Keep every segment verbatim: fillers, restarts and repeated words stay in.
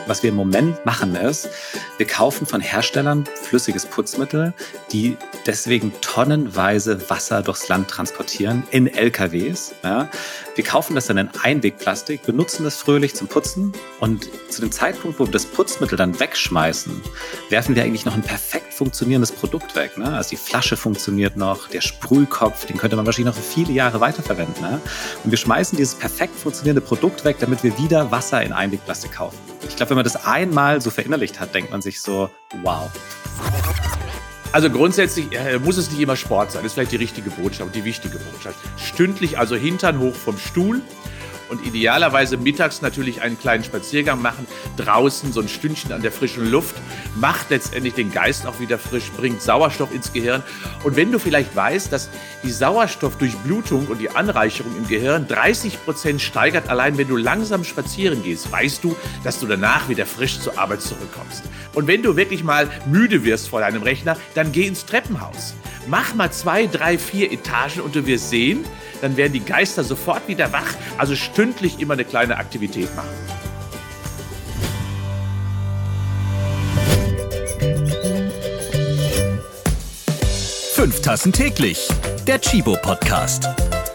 Was wir im Moment machen ist, wir kaufen von Herstellern flüssiges Putzmittel, die deswegen tonnenweise Wasser durchs Land transportieren in L K Ws. Ja. Wir kaufen das dann in Einwegplastik, benutzen das fröhlich zum Putzen und zu dem Zeitpunkt, wo wir das Putzmittel dann wegschmeißen, werfen wir eigentlich noch ein perfekt funktionierendes Produkt weg. Ne? Also die Flasche funktioniert noch, der Sprühkopf, den könnte man wahrscheinlich noch für viele Jahre weiterverwenden. Ne? Und wir schmeißen dieses perfekt funktionierende Produkt weg, damit wir wieder Wasser in Einwegplastik kaufen. Ich glaube, wenn man das einmal so verinnerlicht hat, denkt man sich so, wow. Also grundsätzlich äh, muss es nicht immer Sport sein. Das ist vielleicht die richtige Botschaft, die wichtige Botschaft. Stündlich, also Hintern hoch vom Stuhl und idealerweise mittags natürlich einen kleinen Spaziergang machen. Draußen so ein Stündchen an der frischen Luft. Macht letztendlich den Geist auch wieder frisch, bringt Sauerstoff ins Gehirn. Und wenn du vielleicht weißt, dass die Sauerstoffdurchblutung und die Anreicherung im Gehirn dreißig Prozent steigert, allein wenn du langsam spazieren gehst, weißt du, dass du danach wieder frisch zur Arbeit zurückkommst. Und wenn du wirklich mal müde wirst vor deinem Rechner, dann geh ins Treppenhaus. Mach mal zwei, drei, vier Etagen und du wirst sehen, dann werden die Geister sofort wieder wach. Also stündlich immer eine kleine Aktivität machen. Fünf Tassen täglich, der Tchibo Podcast.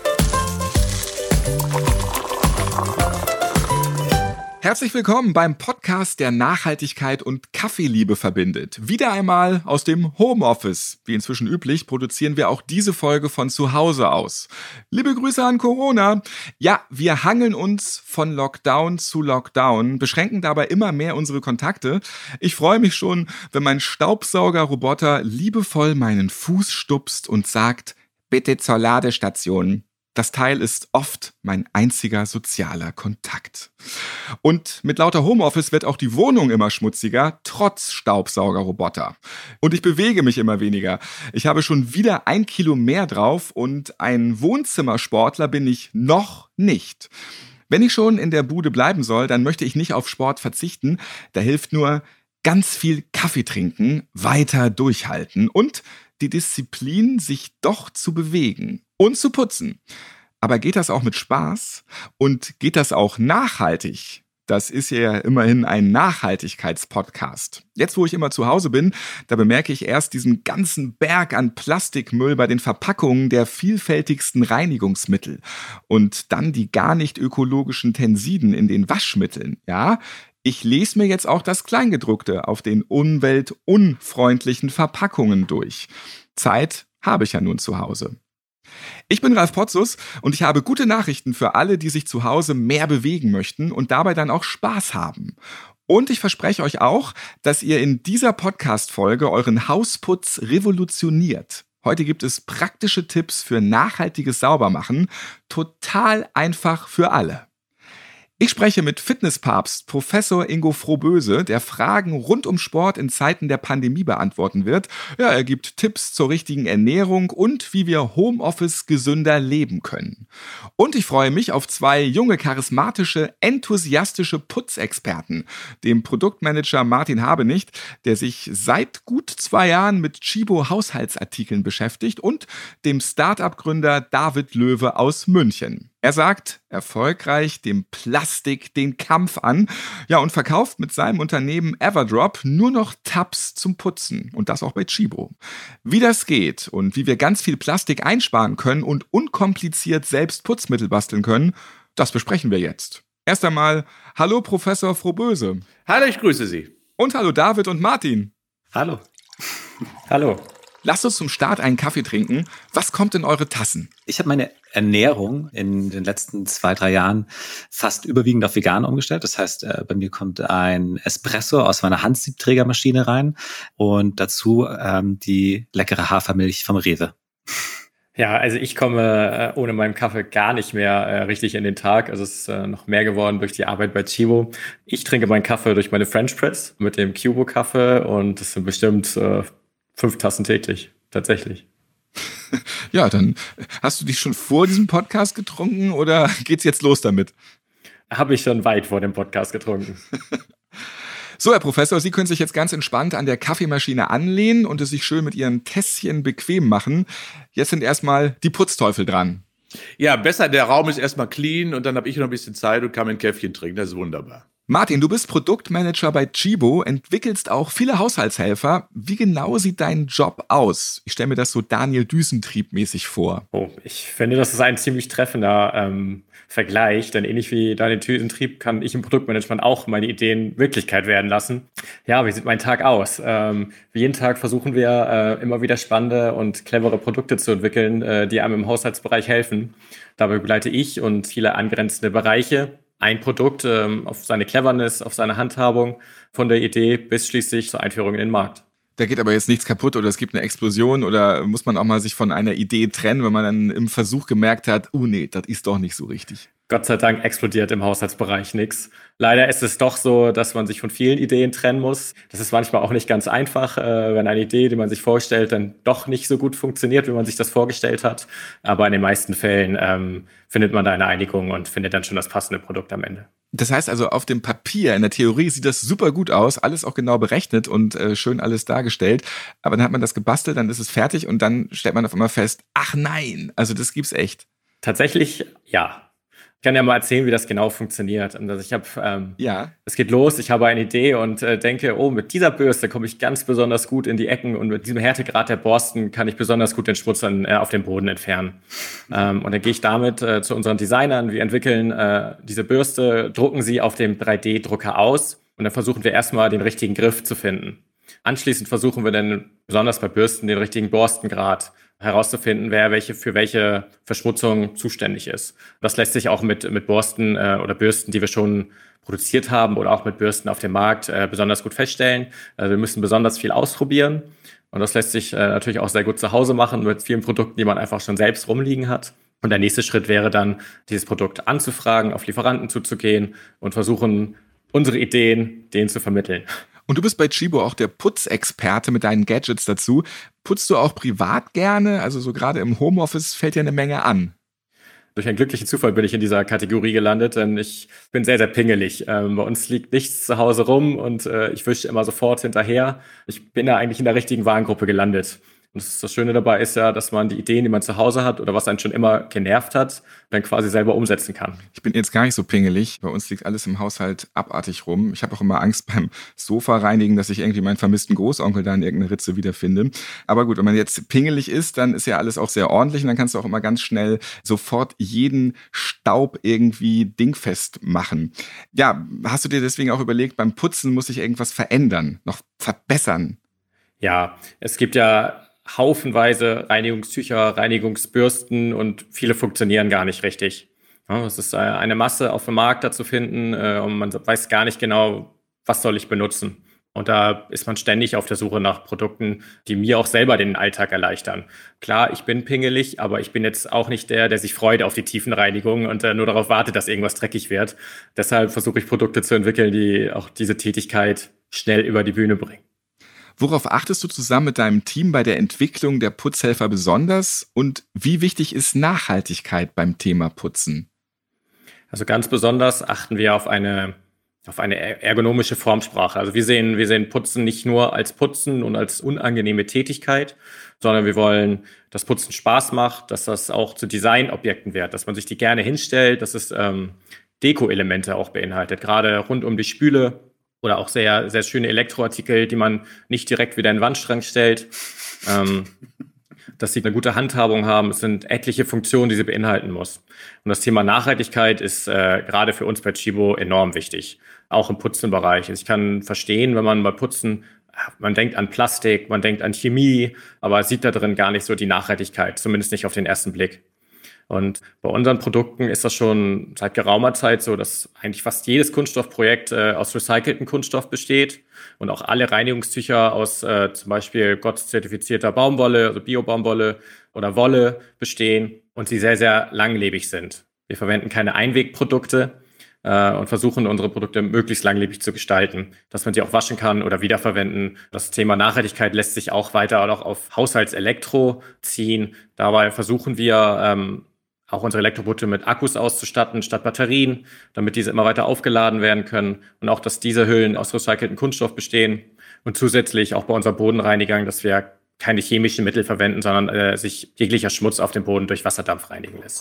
Herzlich willkommen beim Podcast, der Nachhaltigkeit und Kaffeeliebe verbindet. Wieder einmal aus dem Homeoffice. Wie inzwischen üblich, produzieren wir auch diese Folge von zu Hause aus. Liebe Grüße an Corona. Ja, wir hangeln uns von Lockdown zu Lockdown, beschränken dabei immer mehr unsere Kontakte. Ich freue mich schon, wenn mein Staubsaugerroboter liebevoll meinen Fuß stupst und sagt, bitte zur Ladestation. Das Teil ist oft mein einziger sozialer Kontakt. Und mit lauter Homeoffice wird auch die Wohnung immer schmutziger, trotz Staubsaugerroboter. Und ich bewege mich immer weniger. Ich habe schon wieder ein Kilo mehr drauf und ein Wohnzimmersportler bin ich noch nicht. Wenn ich schon in der Bude bleiben soll, dann möchte ich nicht auf Sport verzichten. Da hilft nur ganz viel Kaffee trinken, weiter durchhalten und die Disziplin, sich doch zu bewegen und zu putzen. Aber geht das auch mit Spaß? Und geht das auch nachhaltig? Das ist ja immerhin ein Nachhaltigkeitspodcast. Jetzt, wo ich immer zu Hause bin, da bemerke ich erst diesen ganzen Berg an Plastikmüll bei den Verpackungen der vielfältigsten Reinigungsmittel. Und dann die gar nicht ökologischen Tensiden in den Waschmitteln. Ja, ich lese mir jetzt auch das Kleingedruckte auf den umweltunfreundlichen Verpackungen durch. Zeit habe ich ja nun zu Hause. Ich bin Ralf Potzus und ich habe gute Nachrichten für alle, die sich zu Hause mehr bewegen möchten und dabei dann auch Spaß haben. Und ich verspreche euch auch, dass ihr in dieser Podcast-Folge euren Hausputz revolutioniert. Heute gibt es praktische Tipps für nachhaltiges Saubermachen, total einfach für alle. Ich spreche mit Fitnesspapst Professor Ingo Frohböse, der Fragen rund um Sport in Zeiten der Pandemie beantworten wird. Ja, er gibt Tipps zur richtigen Ernährung und wie wir Homeoffice gesünder leben können. Und ich freue mich auf zwei junge, charismatische, enthusiastische Putzexperten. Dem Produktmanager Martin Habenicht, der sich seit gut zwei Jahren mit Tchibo Haushaltsartikeln beschäftigt, und dem Start-up-Gründer David Löwe aus München. Er sagt erfolgreich dem Plastik den Kampf an, ja, und verkauft mit seinem Unternehmen Everdrop nur noch Tabs zum Putzen, und das auch bei Tchibo. Wie das geht und wie wir ganz viel Plastik einsparen können und unkompliziert selbst Putzmittel basteln können, das besprechen wir jetzt. Erst einmal, hallo Professor Frohböse. Hallo, ich grüße Sie. Und hallo David und Martin. Hallo. Hallo. Lasst uns zum Start einen Kaffee trinken. Was kommt in eure Tassen? Ich habe meine Ernährung in den letzten zwei, drei Jahren fast überwiegend auf vegan umgestellt. Das heißt, bei mir kommt ein Espresso aus meiner Handsiebträgermaschine rein und dazu ähm, die leckere Hafermilch vom Rewe. Ja, also ich komme äh, ohne meinen Kaffee gar nicht mehr äh, richtig in den Tag. Also es ist äh, noch mehr geworden durch die Arbeit bei Tchibo. Ich trinke meinen Kaffee durch meine French Press mit dem Cubo-Kaffee und das sind bestimmt äh, fünf Tassen täglich, tatsächlich. Ja, dann hast du dich schon vor diesem Podcast getrunken oder geht's jetzt los damit? Habe ich schon weit vor dem Podcast getrunken. So, Herr Professor, Sie können sich jetzt ganz entspannt an der Kaffeemaschine anlehnen und es sich schön mit Ihren Tässchen bequem machen. Jetzt sind erstmal die Putzteufel dran. Ja, besser, der Raum ist erstmal clean und dann habe ich noch ein bisschen Zeit und kann mein Käffchen trinken. Das ist wunderbar. Martin, du bist Produktmanager bei Tchibo, entwickelst auch viele Haushaltshelfer. Wie genau sieht dein Job aus? Ich stelle mir das so Daniel Düsentrieb-mäßig vor. Oh, ich finde, das ist ein ziemlich treffender ähm, Vergleich, denn ähnlich wie Daniel Düsentrieb kann ich im Produktmanagement auch meine Ideen Wirklichkeit werden lassen. Ja, wie sieht mein Tag aus? Ähm, wie jeden Tag versuchen wir äh, immer wieder spannende und clevere Produkte zu entwickeln, äh, die einem im Haushaltsbereich helfen. Dabei begleite ich und viele angrenzende Bereiche ein Produkt ähm, auf seine Cleverness, auf seine Handhabung, von der Idee bis schließlich zur Einführung in den Markt. Da geht aber jetzt nichts kaputt oder es gibt eine Explosion oder muss man auch mal sich von einer Idee trennen, wenn man dann im Versuch gemerkt hat, oh nee, das ist doch nicht so richtig. Gott sei Dank explodiert im Haushaltsbereich nichts. Leider ist es doch so, dass man sich von vielen Ideen trennen muss. Das ist manchmal auch nicht ganz einfach, äh, wenn eine Idee, die man sich vorstellt, dann doch nicht so gut funktioniert, wie man sich das vorgestellt hat. Aber in den meisten Fällen ähm, findet man da eine Einigung und findet dann schon das passende Produkt am Ende. Das heißt also, auf dem Papier, in der Theorie sieht das super gut aus, alles auch genau berechnet und äh, schön alles dargestellt. Aber dann hat man das gebastelt, dann ist es fertig und dann stellt man auf einmal fest, ach nein, also das gibt's echt. Tatsächlich, ja. Ich kann ja mal erzählen, wie das genau funktioniert. Und also ich habe, ähm, ja. es geht los, ich habe eine Idee und äh, denke, oh, mit dieser Bürste komme ich ganz besonders gut in die Ecken und mit diesem Härtegrad der Borsten kann ich besonders gut den Schmutz an, äh, auf dem Boden entfernen. ähm, und dann gehe ich damit äh, zu unseren Designern, wir entwickeln äh, diese Bürste, drucken sie auf dem drei D Drucker aus und dann versuchen wir erstmal den richtigen Griff zu finden. Anschließend versuchen wir dann besonders bei Bürsten den richtigen Borstengrad herauszufinden, wer welche für welche Verschmutzung zuständig ist. Das lässt sich auch mit mit Borsten äh, oder Bürsten, die wir schon produziert haben oder auch mit Bürsten auf dem Markt äh, besonders gut feststellen. Also wir müssen besonders viel ausprobieren und das lässt sich äh, natürlich auch sehr gut zu Hause machen mit vielen Produkten, die man einfach schon selbst rumliegen hat. Und der nächste Schritt wäre dann, dieses Produkt anzufragen, auf Lieferanten zuzugehen und versuchen, unsere Ideen denen zu vermitteln. Und du bist bei Tchibo auch der Putzexperte mit deinen Gadgets dazu. Putzt du auch privat gerne? Also so gerade im Homeoffice fällt ja eine Menge an. Durch einen glücklichen Zufall bin ich in dieser Kategorie gelandet, denn ich bin sehr, sehr pingelig. Ähm, bei uns liegt nichts zu Hause rum und äh, ich wische immer sofort hinterher. Ich bin da eigentlich in der richtigen Warengruppe gelandet. Und das, das Schöne dabei ist ja, dass man die Ideen, die man zu Hause hat oder was einen schon immer genervt hat, dann quasi selber umsetzen kann. Ich bin jetzt gar nicht so pingelig. Bei uns liegt alles im Haushalt abartig rum. Ich habe auch immer Angst beim Sofa reinigen, dass ich irgendwie meinen vermissten Großonkel da in irgendeiner Ritze wiederfinde. Aber gut, wenn man jetzt pingelig ist, dann ist ja alles auch sehr ordentlich und dann kannst du auch immer ganz schnell sofort jeden Staub irgendwie dingfest machen. Ja, hast du dir deswegen auch überlegt, beim Putzen muss sich irgendwas verändern, noch verbessern? Ja, es gibt ja haufenweise Reinigungstücher, Reinigungsbürsten und viele funktionieren gar nicht richtig. Ja, es ist eine Masse auf dem Markt da zu finden äh, und man weiß gar nicht genau, was soll ich benutzen. Und da ist man ständig auf der Suche nach Produkten, die mir auch selber den Alltag erleichtern. Klar, ich bin pingelig, aber ich bin jetzt auch nicht der, der sich freut auf die Tiefenreinigung und äh, nur darauf wartet, dass irgendwas dreckig wird. Deshalb versuche ich Produkte zu entwickeln, die auch diese Tätigkeit schnell über die Bühne bringen. Worauf achtest du zusammen mit deinem Team bei der Entwicklung der Putzhelfer besonders und wie wichtig ist Nachhaltigkeit beim Thema Putzen? Also ganz besonders achten wir auf eine, auf eine ergonomische Formsprache. Also wir sehen, wir sehen Putzen nicht nur als Putzen und als unangenehme Tätigkeit, sondern wir wollen, dass Putzen Spaß macht, dass das auch zu Designobjekten wird, dass man sich die gerne hinstellt, dass es ähm, Deko-Elemente auch beinhaltet, gerade rund um die Spüle. Oder auch sehr, sehr schöne Elektroartikel, die man nicht direkt wieder in den Wandschrank stellt. Ähm, dass sie eine gute Handhabung haben. Es sind etliche Funktionen, die sie beinhalten muss. Und das Thema Nachhaltigkeit ist äh, gerade für uns bei Tchibo enorm wichtig. Auch im Putzenbereich. Also ich kann verstehen, wenn man bei Putzen, man denkt an Plastik, man denkt an Chemie, aber sieht da drin gar nicht so die Nachhaltigkeit. Zumindest nicht auf den ersten Blick. Und bei unseren Produkten ist das schon seit geraumer Zeit so, dass eigentlich fast jedes Kunststoffprojekt äh, aus recyceltem Kunststoff besteht und auch alle Reinigungstücher aus äh, zum Beispiel Gott-zertifizierter Baumwolle, also Bio-Baumwolle oder Wolle bestehen und sie sehr, sehr langlebig sind. Wir verwenden keine Einwegprodukte äh, und versuchen, unsere Produkte möglichst langlebig zu gestalten, dass man sie auch waschen kann oder wiederverwenden. Das Thema Nachhaltigkeit lässt sich auch weiter auch auf Haushaltselektro ziehen. Dabei versuchen wir, ähm, auch unsere Elektroboote mit Akkus auszustatten statt Batterien, damit diese immer weiter aufgeladen werden können und auch, dass diese Hüllen aus recyceltem Kunststoff bestehen und zusätzlich auch bei unserer Bodenreinigung, dass wir keine chemischen Mittel verwenden, sondern äh, sich jeglicher Schmutz auf dem Boden durch Wasserdampf reinigen lässt.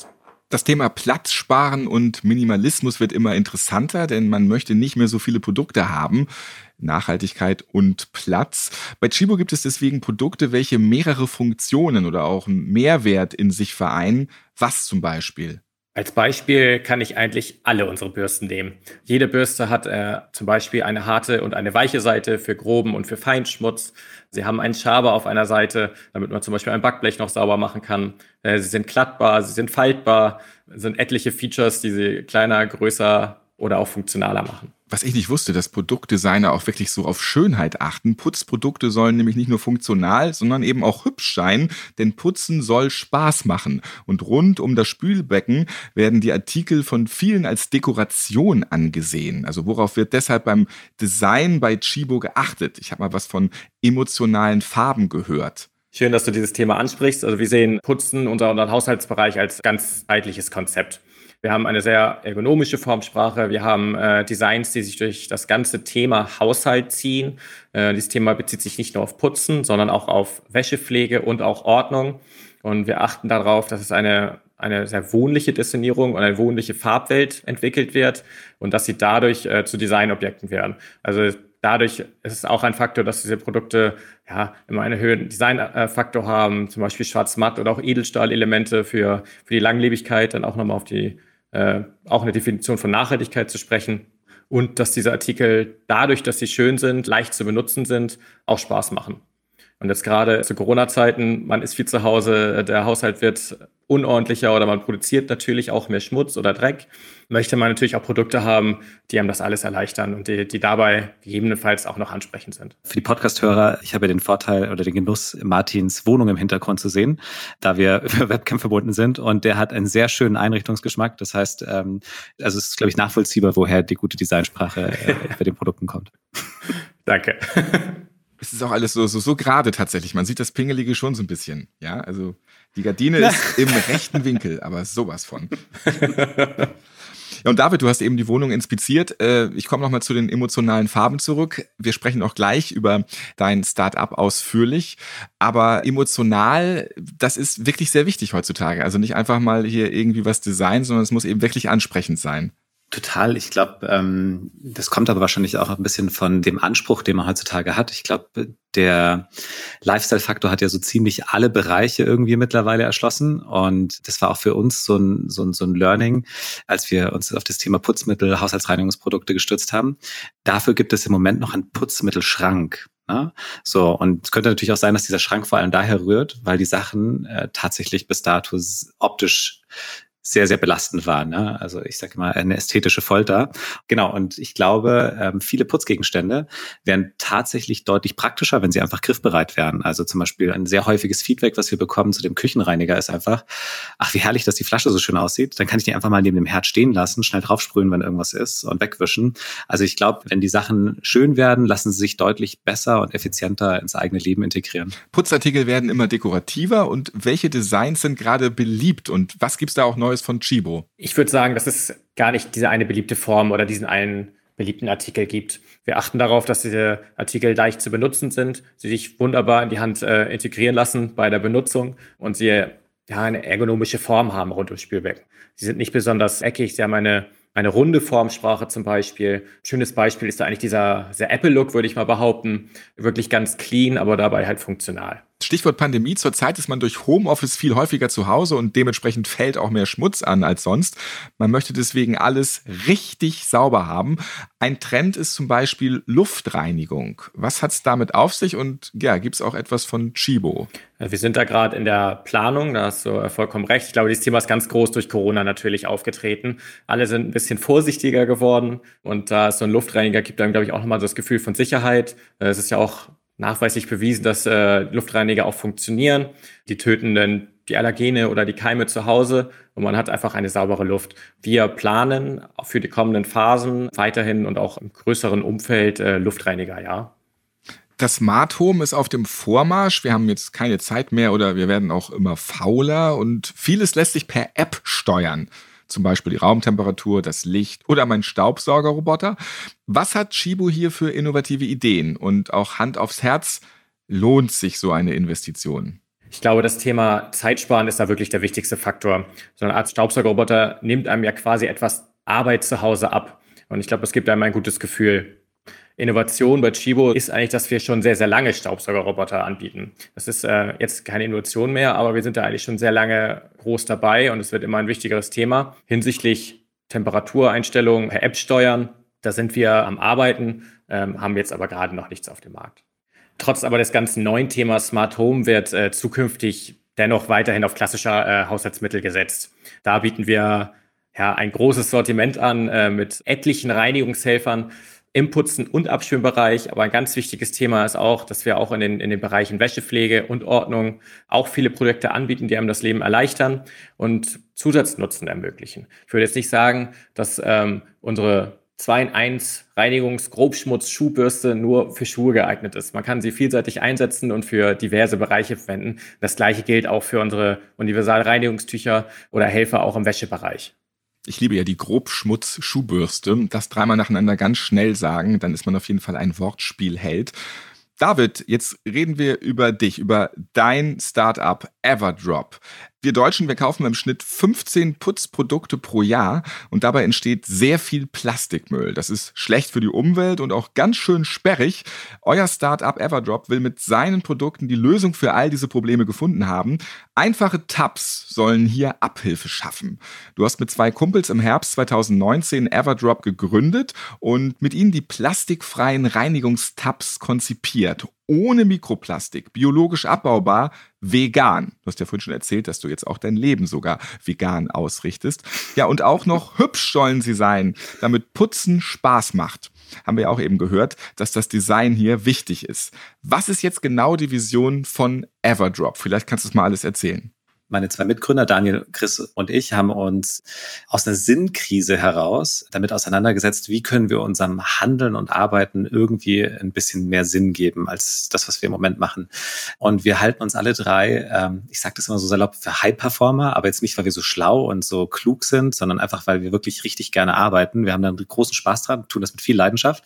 Das Thema Platz sparen und Minimalismus wird immer interessanter, denn man möchte nicht mehr so viele Produkte haben. Nachhaltigkeit und Platz. Bei Tchibo gibt es deswegen Produkte, welche mehrere Funktionen oder auch einen Mehrwert in sich vereinen. Was zum Beispiel? Als Beispiel kann ich eigentlich alle unsere Bürsten nehmen. Jede Bürste hat äh, zum Beispiel eine harte und eine weiche Seite für groben und für Feinschmutz. Sie haben einen Schaber auf einer Seite, damit man zum Beispiel ein Backblech noch sauber machen kann. Äh, sie sind glattbar, sie sind faltbar, es sind etliche Features, die sie kleiner, größer oder auch funktionaler machen. Was ich nicht wusste, dass Produktdesigner auch wirklich so auf Schönheit achten. Putzprodukte sollen nämlich nicht nur funktional, sondern eben auch hübsch sein, denn Putzen soll Spaß machen. Und rund um das Spülbecken werden die Artikel von vielen als Dekoration angesehen. Also worauf wird deshalb beim Design bei Tchibo geachtet? Ich habe mal was von emotionalen Farben gehört. Schön, dass du dieses Thema ansprichst. Also wir sehen Putzen, unser, unseren Haushaltsbereich, als ganzheitliches Konzept. Wir haben eine sehr ergonomische Formsprache. Wir haben äh, Designs, die sich durch das ganze Thema Haushalt ziehen. Äh, dieses Thema bezieht sich nicht nur auf Putzen, sondern auch auf Wäschepflege und auch Ordnung. Und wir achten darauf, dass es eine, eine sehr wohnliche Destinierung und eine wohnliche Farbwelt entwickelt wird und dass sie dadurch äh, zu Designobjekten werden. Also dadurch ist es auch ein Faktor, dass diese Produkte ja immer einen höheren Designfaktor haben, zum Beispiel schwarz-matt oder auch Edelstahlelemente für, für die Langlebigkeit, dann auch nochmal auf die Äh, auch eine Definition von Nachhaltigkeit zu sprechen und dass diese Artikel dadurch, dass sie schön sind, leicht zu benutzen sind, auch Spaß machen. Und jetzt gerade zu Corona-Zeiten, man ist viel zu Hause, der Haushalt wird unordentlicher oder man produziert natürlich auch mehr Schmutz oder Dreck, möchte man natürlich auch Produkte haben, die einem das alles erleichtern und die, die dabei gegebenenfalls auch noch ansprechend sind. Für die Podcast-Hörer, ich habe ja den Vorteil oder den Genuss, Martins Wohnung im Hintergrund zu sehen, da wir über Webcam verbunden sind und der hat einen sehr schönen Einrichtungsgeschmack. Das heißt, ähm, also es ist, glaube ich, nachvollziehbar, woher die gute Designsprache äh, bei den Produkten kommt. Danke. Es ist auch alles so, so, so gerade tatsächlich. Man sieht das Pingelige schon so ein bisschen. Ja, also die Gardine ist im rechten Winkel, aber sowas von. Ja, und David, du hast eben die Wohnung inspiziert. Ich komme nochmal zu den emotionalen Farben zurück. Wir sprechen auch gleich über dein Start-up ausführlich. Aber emotional, das ist wirklich sehr wichtig heutzutage. Also nicht einfach mal hier irgendwie was designen, sondern es muss eben wirklich ansprechend sein. Total. Ich glaube, ähm, das kommt aber wahrscheinlich auch ein bisschen von dem Anspruch, den man heutzutage hat. Ich glaube, der Lifestyle-Faktor hat ja so ziemlich alle Bereiche irgendwie mittlerweile erschlossen. Und das war auch für uns so ein, so ein, so ein Learning, als wir uns auf das Thema Putzmittel, Haushaltsreinigungsprodukte gestürzt haben. Dafür gibt es im Moment noch einen Putzmittelschrank. Ne? So, und es könnte natürlich auch sein, dass dieser Schrank vor allem daher rührt, weil die Sachen äh, tatsächlich bis dato optisch sehr, sehr belastend war. Ne? Also ich sage mal, eine ästhetische Folter. Genau, und ich glaube, ähm, viele Putzgegenstände wären tatsächlich deutlich praktischer, wenn sie einfach griffbereit wären. Also zum Beispiel ein sehr häufiges Feedback, was wir bekommen zu dem Küchenreiniger, ist einfach, ach, wie herrlich, dass die Flasche so schön aussieht. Dann kann ich die einfach mal neben dem Herd stehen lassen, schnell draufsprühen, wenn irgendwas ist und wegwischen. Also ich glaube, wenn die Sachen schön werden, lassen sie sich deutlich besser und effizienter ins eigene Leben integrieren. Putzartikel werden immer dekorativer. Und welche Designs sind gerade beliebt? Und was gibt's da auch Neues von Tchibo? Ich würde sagen, dass es gar nicht diese eine beliebte Form oder diesen einen beliebten Artikel gibt. Wir achten darauf, dass diese Artikel leicht zu benutzen sind, sie sich wunderbar in die Hand äh, integrieren lassen bei der Benutzung und sie ja eine ergonomische Form haben rund ums Spülbecken. Sie sind nicht besonders eckig, sie haben eine eine runde Formsprache zum Beispiel. Schönes Beispiel ist da eigentlich dieser, dieser Apple-Look, würde ich mal behaupten. Wirklich ganz clean, aber dabei halt funktional. Stichwort Pandemie. Zurzeit ist man durch Homeoffice viel häufiger zu Hause und dementsprechend fällt auch mehr Schmutz an als sonst. Man möchte deswegen alles richtig sauber haben. Ein Trend ist zum Beispiel Luftreinigung. Was hat es damit auf sich und ja, gibt es auch etwas von Tchibo? Wir sind da gerade in der Planung, da hast du vollkommen recht. Ich glaube, dieses Thema ist ganz groß durch Corona natürlich aufgetreten. Alle sind ein bisschen vorsichtiger geworden und da es so einen Luftreiniger gibt, dann glaube ich auch nochmal so das Gefühl von Sicherheit. Es ist ja auch nachweislich bewiesen, dass äh, Luftreiniger auch funktionieren. Die töten dann die Allergene oder die Keime zu Hause und man hat einfach eine saubere Luft. Wir planen für die kommenden Phasen weiterhin und auch im größeren Umfeld äh, Luftreiniger, ja. Das Smart Home ist auf dem Vormarsch. Wir haben jetzt keine Zeit mehr oder wir werden auch immer fauler und vieles lässt sich per App steuern. Zum Beispiel die Raumtemperatur, das Licht oder mein Staubsaugerroboter. Was hat Tchibo hier für innovative Ideen? Und auch Hand aufs Herz, lohnt sich so eine Investition? Ich glaube, das Thema Zeitsparen ist da wirklich der wichtigste Faktor. So eine Art Staubsaugerroboter nimmt einem ja quasi etwas Arbeit zu Hause ab. Und ich glaube, es gibt einem ein gutes Gefühl. Innovation bei Chibo ist eigentlich, dass wir schon sehr, sehr lange Staubsaugerroboter anbieten. Das ist äh, jetzt keine Innovation mehr, aber wir sind da eigentlich schon sehr lange groß dabei und es wird immer ein wichtigeres Thema hinsichtlich Temperatureinstellungen per App steuern. Da sind wir am Arbeiten, ähm, haben jetzt aber gerade noch nichts auf dem Markt. Trotz aber des ganzen neuen Themas Smart Home wird äh, zukünftig dennoch weiterhin auf klassischer äh, Haushaltsmittel gesetzt. Da bieten wir ja ein großes Sortiment an äh, mit etlichen Reinigungshelfern im Putzen- und Abschwimmbereich. Aber ein ganz wichtiges Thema ist auch, dass wir auch in den, in den Bereichen Wäschepflege und Ordnung auch viele Produkte anbieten, die einem das Leben erleichtern und Zusatznutzen ermöglichen. Ich würde jetzt nicht sagen, dass ähm, unsere zwei in eins Reinigungs-Grobschmutz-Schuhbürste nur für Schuhe geeignet ist. Man kann sie vielseitig einsetzen und für diverse Bereiche verwenden. Das Gleiche gilt auch für unsere Universalreinigungstücher oder Helfer auch im Wäschebereich. Ich liebe ja die Grobschmutz-Schuhbürste. Das dreimal nacheinander ganz schnell sagen, dann ist man auf jeden Fall ein Wortspielheld. David, jetzt reden wir über dich, über dein Startup Everdrop. Wir Deutschen, wir kaufen im Schnitt fünfzehn Putzprodukte pro Jahr und dabei entsteht sehr viel Plastikmüll. Das ist schlecht für die Umwelt und auch ganz schön sperrig. Euer Startup Everdrop will mit seinen Produkten die Lösung für all diese Probleme gefunden haben. Einfache Tabs sollen hier Abhilfe schaffen. Du hast mit zwei Kumpels im Herbst zweitausendneunzehn Everdrop gegründet und mit ihnen die plastikfreien Reinigungstabs konzipiert. Ohne Mikroplastik, biologisch abbaubar, vegan. Du hast ja vorhin schon erzählt, dass du jetzt auch dein Leben sogar vegan ausrichtest. Ja, und auch noch hübsch sollen sie sein, damit Putzen Spaß macht. Haben wir ja auch eben gehört, dass das Design hier wichtig ist. Was ist jetzt genau die Vision von Everdrop? Vielleicht kannst du es mal alles erzählen. Meine zwei Mitgründer, Daniel, Chris und ich, haben uns aus einer Sinnkrise heraus damit auseinandergesetzt, wie können wir unserem Handeln und Arbeiten irgendwie ein bisschen mehr Sinn geben als das, was wir im Moment machen. Und wir halten uns alle drei, ähm, ich sage das immer so salopp, für High-Performer, aber jetzt nicht, weil wir so schlau und so klug sind, sondern einfach, weil wir wirklich richtig gerne arbeiten. Wir haben dann großen Spaß dran, tun das mit viel Leidenschaft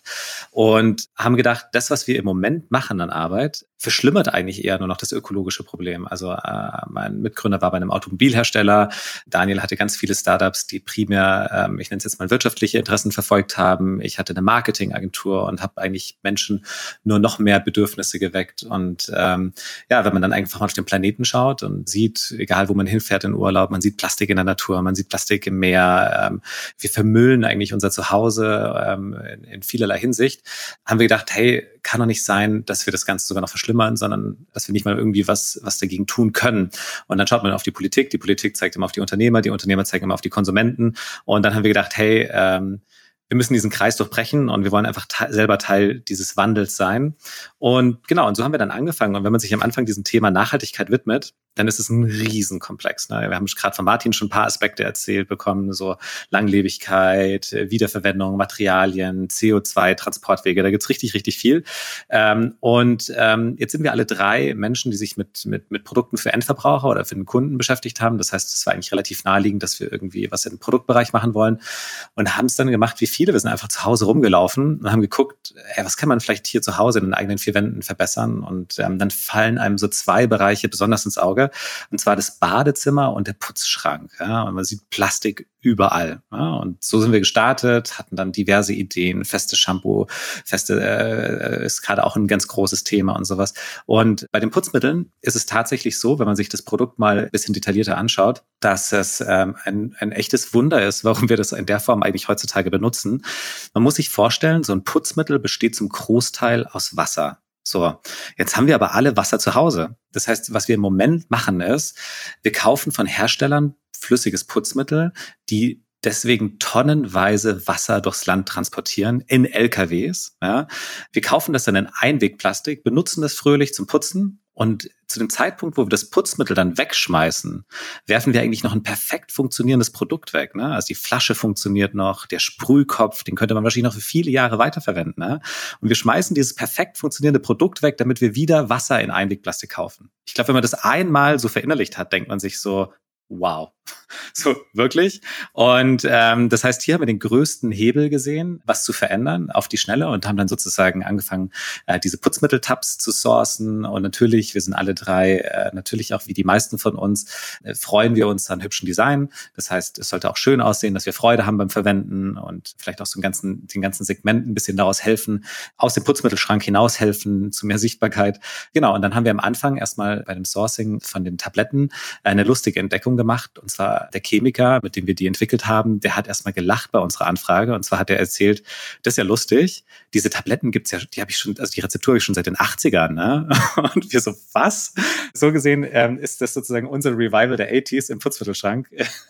und haben gedacht, das, was wir im Moment machen an Arbeit, verschlimmert eigentlich eher nur noch das ökologische Problem. Also äh, mein Mitgründer war bei einem Automobilhersteller. Daniel hatte ganz viele Startups, die primär, ähm, ich nenne es jetzt mal wirtschaftliche Interessen verfolgt haben. Ich hatte eine Marketingagentur und habe eigentlich Menschen nur noch mehr Bedürfnisse geweckt. Und ähm, ja, wenn man dann einfach mal auf den Planeten schaut und sieht, egal wo man hinfährt in Urlaub, man sieht Plastik in der Natur, man sieht Plastik im Meer. Ähm, wir vermüllen eigentlich unser Zuhause ähm, in, in vielerlei Hinsicht. Haben wir gedacht, hey, kann doch nicht sein, dass wir das Ganze sogar noch verschlimmern, sondern dass wir nicht mal irgendwie was, was dagegen tun können. Und dann schaut man auf die Politik, die Politik zeigt immer auf die Unternehmer, die Unternehmer zeigen immer auf die Konsumenten. Und dann haben wir gedacht, hey, ähm, wir müssen diesen Kreis durchbrechen und wir wollen einfach te- selber Teil dieses Wandels sein. Und genau, und so haben wir dann angefangen. Und wenn man sich am Anfang diesem Thema Nachhaltigkeit widmet, dann ist es ein Riesenkomplex. Ne? Wir haben gerade von Martin schon ein paar Aspekte erzählt bekommen, so Langlebigkeit, Wiederverwendung, Materialien, C O zwei, Transportwege, da gibt's richtig, richtig viel. Ähm, und ähm, jetzt sind wir alle drei Menschen, die sich mit, mit, mit Produkten für Endverbraucher oder für den Kunden beschäftigt haben. Das heißt, es war eigentlich relativ naheliegend, dass wir irgendwie was im Produktbereich machen wollen und haben es dann gemacht wie viele. Wir sind einfach zu Hause rumgelaufen und haben geguckt, ey, was kann man vielleicht hier zu Hause in den eigenen vier Wänden verbessern? Und ähm, dann fallen einem so zwei Bereiche besonders ins Auge. Und zwar das Badezimmer und der Putzschrank. Ja? Und man sieht Plastik überall. Ja? Und so sind wir gestartet, hatten dann diverse Ideen, feste Shampoo, feste äh, ist gerade auch ein ganz großes Thema und sowas. Und bei den Putzmitteln ist es tatsächlich so, wenn man sich das Produkt mal ein bisschen detaillierter anschaut, dass es ähm, ein, ein echtes Wunder ist, warum wir das in der Form eigentlich heutzutage benutzen. Man muss sich vorstellen, so ein Putzmittel besteht zum Großteil aus Wasser. So, jetzt haben wir aber alle Wasser zu Hause. Das heißt, was wir im Moment machen ist, wir kaufen von Herstellern flüssiges Putzmittel, die deswegen tonnenweise Wasser durchs Land transportieren in L K Ws. Ja. Wir kaufen das dann in Einwegplastik, benutzen das fröhlich zum Putzen und zu dem Zeitpunkt, wo wir das Putzmittel dann wegschmeißen, werfen wir eigentlich noch ein perfekt funktionierendes Produkt weg. Ne? Also die Flasche funktioniert noch, der Sprühkopf, den könnte man wahrscheinlich noch für viele Jahre weiterverwenden. Ne? Und wir schmeißen dieses perfekt funktionierende Produkt weg, damit wir wieder Wasser in Einwegplastik kaufen. Ich glaube, wenn man das einmal so verinnerlicht hat, denkt man sich so, wow, So, wirklich. Und ähm, das heißt, hier haben wir den größten Hebel gesehen, was zu verändern auf die Schnelle und haben dann sozusagen angefangen, äh, diese Putzmittel-Tabs zu sourcen. Und natürlich, wir sind alle drei, äh, natürlich auch wie die meisten von uns, äh, freuen wir uns an hübschen Design. Das heißt, es sollte auch schön aussehen, dass wir Freude haben beim Verwenden und vielleicht auch so den ganzen, den ganzen Segmenten ein bisschen daraus helfen, aus dem Putzmittelschrank hinaus helfen, zu mehr Sichtbarkeit. Genau, und dann haben wir am Anfang erstmal bei dem Sourcing von den Tabletten eine lustige Entdeckung gemacht. Und zwar der Chemiker, mit dem wir die entwickelt haben, der hat erstmal gelacht bei unserer Anfrage. Und zwar hat er erzählt, das ist ja lustig, diese Tabletten gibt's ja, die habe ich schon, also die Rezeptur habe ich schon seit den achtzigern, ne? Und wir so, was? So gesehen ähm, ist das sozusagen unser Revival der achtziger im Putzmittelschrank.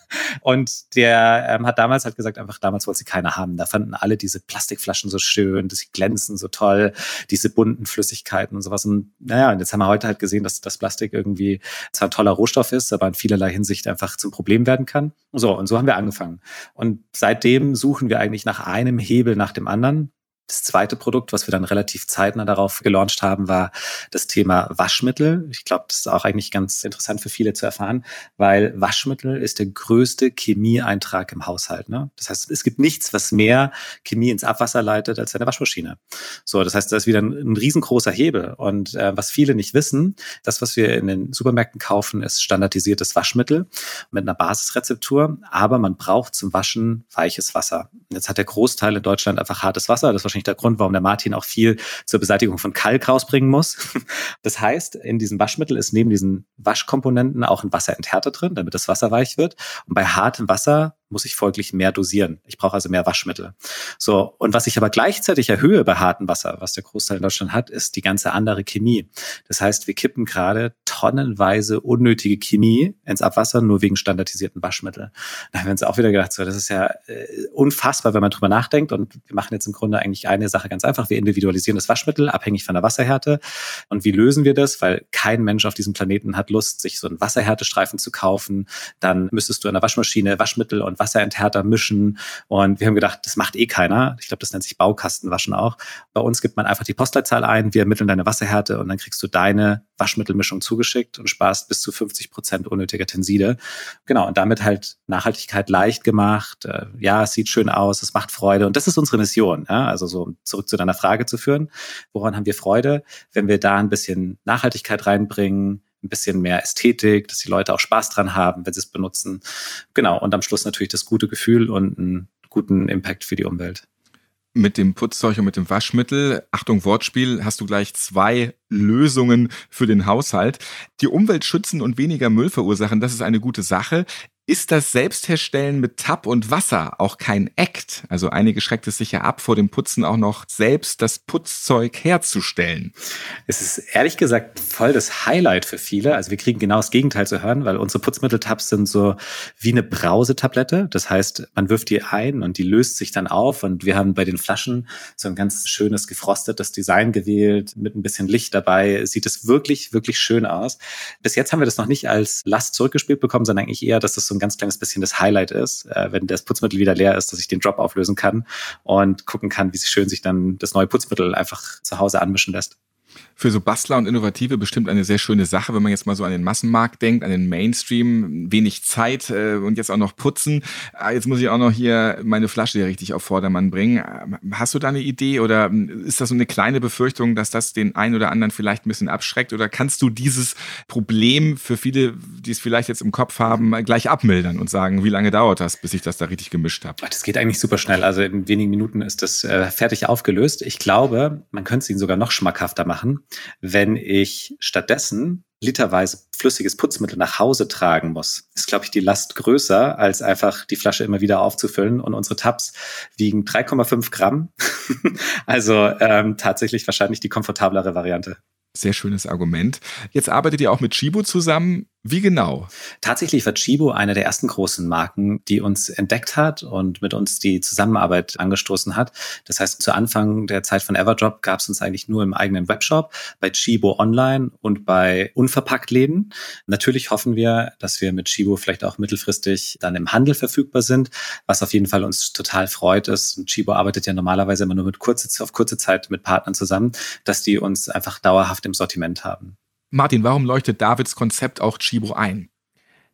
Und der ähm, hat damals halt gesagt, einfach damals wollte sie keiner haben. Da fanden alle diese Plastikflaschen so schön, dass sie glänzen so toll, diese bunten Flüssigkeiten und sowas. Und naja, und jetzt haben wir heute halt gesehen, dass das Plastik irgendwie zwar ein toller Rohstoff ist, aber in vielerlei Hinsicht einfach zum Problem werden kann. So, und so haben wir angefangen. Und seitdem suchen wir eigentlich nach einem Hebel nach dem anderen. Das zweite Produkt, was wir dann relativ zeitnah darauf gelauncht haben, war das Thema Waschmittel. Ich glaube, das ist auch eigentlich ganz interessant für viele zu erfahren, weil Waschmittel ist der größte Chemieeintrag im Haushalt. Ne? Das heißt, es gibt nichts, was mehr Chemie ins Abwasser leitet als eine Waschmaschine. So, das heißt, das ist wieder ein, ein riesengroßer Hebel. Und äh, was viele nicht wissen, das, was wir in den Supermärkten kaufen, ist standardisiertes Waschmittel mit einer Basisrezeptur. Aber man braucht zum Waschen weiches Wasser. Jetzt hat der Großteil in Deutschland einfach hartes Wasser. Das wahrscheinlich der Grund, warum der Martin auch viel zur Beseitigung von Kalk rausbringen muss. Das heißt, in diesem Waschmittel ist neben diesen Waschkomponenten auch ein Wasserenthärter drin, damit das Wasser weich wird. Und bei hartem Wasser muss ich folglich mehr dosieren. Ich brauche also mehr Waschmittel. So, und was ich aber gleichzeitig erhöhe bei hartem Wasser, was der Großteil in Deutschland hat, ist die ganze andere Chemie. Das heißt, wir kippen gerade tonnenweise unnötige Chemie ins Abwasser, nur wegen standardisierten Waschmitteln. Da haben wir uns auch wieder gedacht, so, das ist ja äh, unfassbar, wenn man drüber nachdenkt. Und wir machen jetzt im Grunde eigentlich eine Sache ganz einfach. Wir individualisieren das Waschmittel, abhängig von der Wasserhärte. Und wie lösen wir das? Weil kein Mensch auf diesem Planeten hat Lust, sich so einen Wasserhärtestreifen zu kaufen. Dann müsstest du in der Waschmaschine Waschmittel und Wasserenthärter mischen. Und wir haben gedacht, das macht eh keiner. Ich glaube, das nennt sich Baukastenwaschen auch. Bei uns gibt man einfach die Postleitzahl ein, wir ermitteln deine Wasserhärte und dann kriegst du deine Waschmittelmischung zugeschickt und sparst bis zu fünfzig Prozent unnötiger Tenside. Genau, und damit halt Nachhaltigkeit leicht gemacht. Ja, es sieht schön aus, es macht Freude. Und das ist unsere Mission. Ja? Also so, um zurück zu deiner Frage zu führen. Woran haben wir Freude? Wenn wir da ein bisschen Nachhaltigkeit reinbringen, ein bisschen mehr Ästhetik, dass die Leute auch Spaß dran haben, wenn sie es benutzen. Genau, und am Schluss natürlich das gute Gefühl und einen guten Impact für die Umwelt. Mit dem Putzzeug und mit dem Waschmittel, Achtung Wortspiel, hast du gleich zwei Lösungen für den Haushalt. Die Umwelt schützen und weniger Müll verursachen, das ist eine gute Sache. Ist das Selbstherstellen mit Tab und Wasser auch kein Act? Also einige schreckt es sicher ab, vor dem Putzen auch noch selbst das Putzzeug herzustellen. Es ist ehrlich gesagt voll das Highlight für viele. Also wir kriegen genau das Gegenteil zu hören, weil unsere Putzmitteltabs sind so wie eine Brausetablette. Das heißt, man wirft die ein und die löst sich dann auf. Und wir haben bei den Flaschen so ein ganz schönes, gefrostetes Design gewählt, mit ein bisschen Licht dabei. Sieht es wirklich, wirklich schön aus. Bis jetzt haben wir das noch nicht als Last zurückgespielt bekommen, sondern eigentlich eher, dass das so ein ganz kleines bisschen das Highlight ist, äh, wenn das Putzmittel wieder leer ist, dass ich den Drop auflösen kann und gucken kann, wie schön sich dann das neue Putzmittel einfach zu Hause anmischen lässt. Für so Bastler und Innovative bestimmt eine sehr schöne Sache, wenn man jetzt mal so an den Massenmarkt denkt, an den Mainstream, wenig Zeit äh, und jetzt auch noch putzen. Ah, jetzt muss ich auch noch hier meine Flasche hier richtig auf Vordermann bringen. Hast du da eine Idee oder ist das so eine kleine Befürchtung, dass das den einen oder anderen vielleicht ein bisschen abschreckt oder kannst du dieses Problem für viele, die es vielleicht jetzt im Kopf haben, gleich abmildern und sagen, wie lange dauert das, bis ich das da richtig gemischt habe? Das geht eigentlich super schnell. Also in wenigen Minuten ist das äh, fertig aufgelöst. Ich glaube, man könnte es ihnen sogar noch schmackhafter machen, wenn ich stattdessen literweise flüssiges Putzmittel nach Hause tragen muss. Ist, glaube ich, die Last größer, als einfach die Flasche immer wieder aufzufüllen. Und unsere Tabs wiegen drei Komma fünf Gramm. Also ähm, tatsächlich wahrscheinlich die komfortablere Variante. Sehr schönes Argument. Jetzt arbeitet ihr auch mit Chibo zusammen. Wie genau? Tatsächlich war Chibo eine der ersten großen Marken, die uns entdeckt hat und mit uns die Zusammenarbeit angestoßen hat. Das heißt, zu Anfang der Zeit von Everdrop gab es uns eigentlich nur im eigenen Webshop, bei Chibo online und bei Unverpacktläden. Natürlich hoffen wir, dass wir mit Chibo vielleicht auch mittelfristig dann im Handel verfügbar sind, was auf jeden Fall uns total freut ist. Und Chibo arbeitet ja normalerweise immer nur mit kurze, auf kurze Zeit mit Partnern zusammen, dass die uns einfach dauerhaft im Sortiment haben. Martin, warum leuchtet Davids Konzept auch Chibo ein?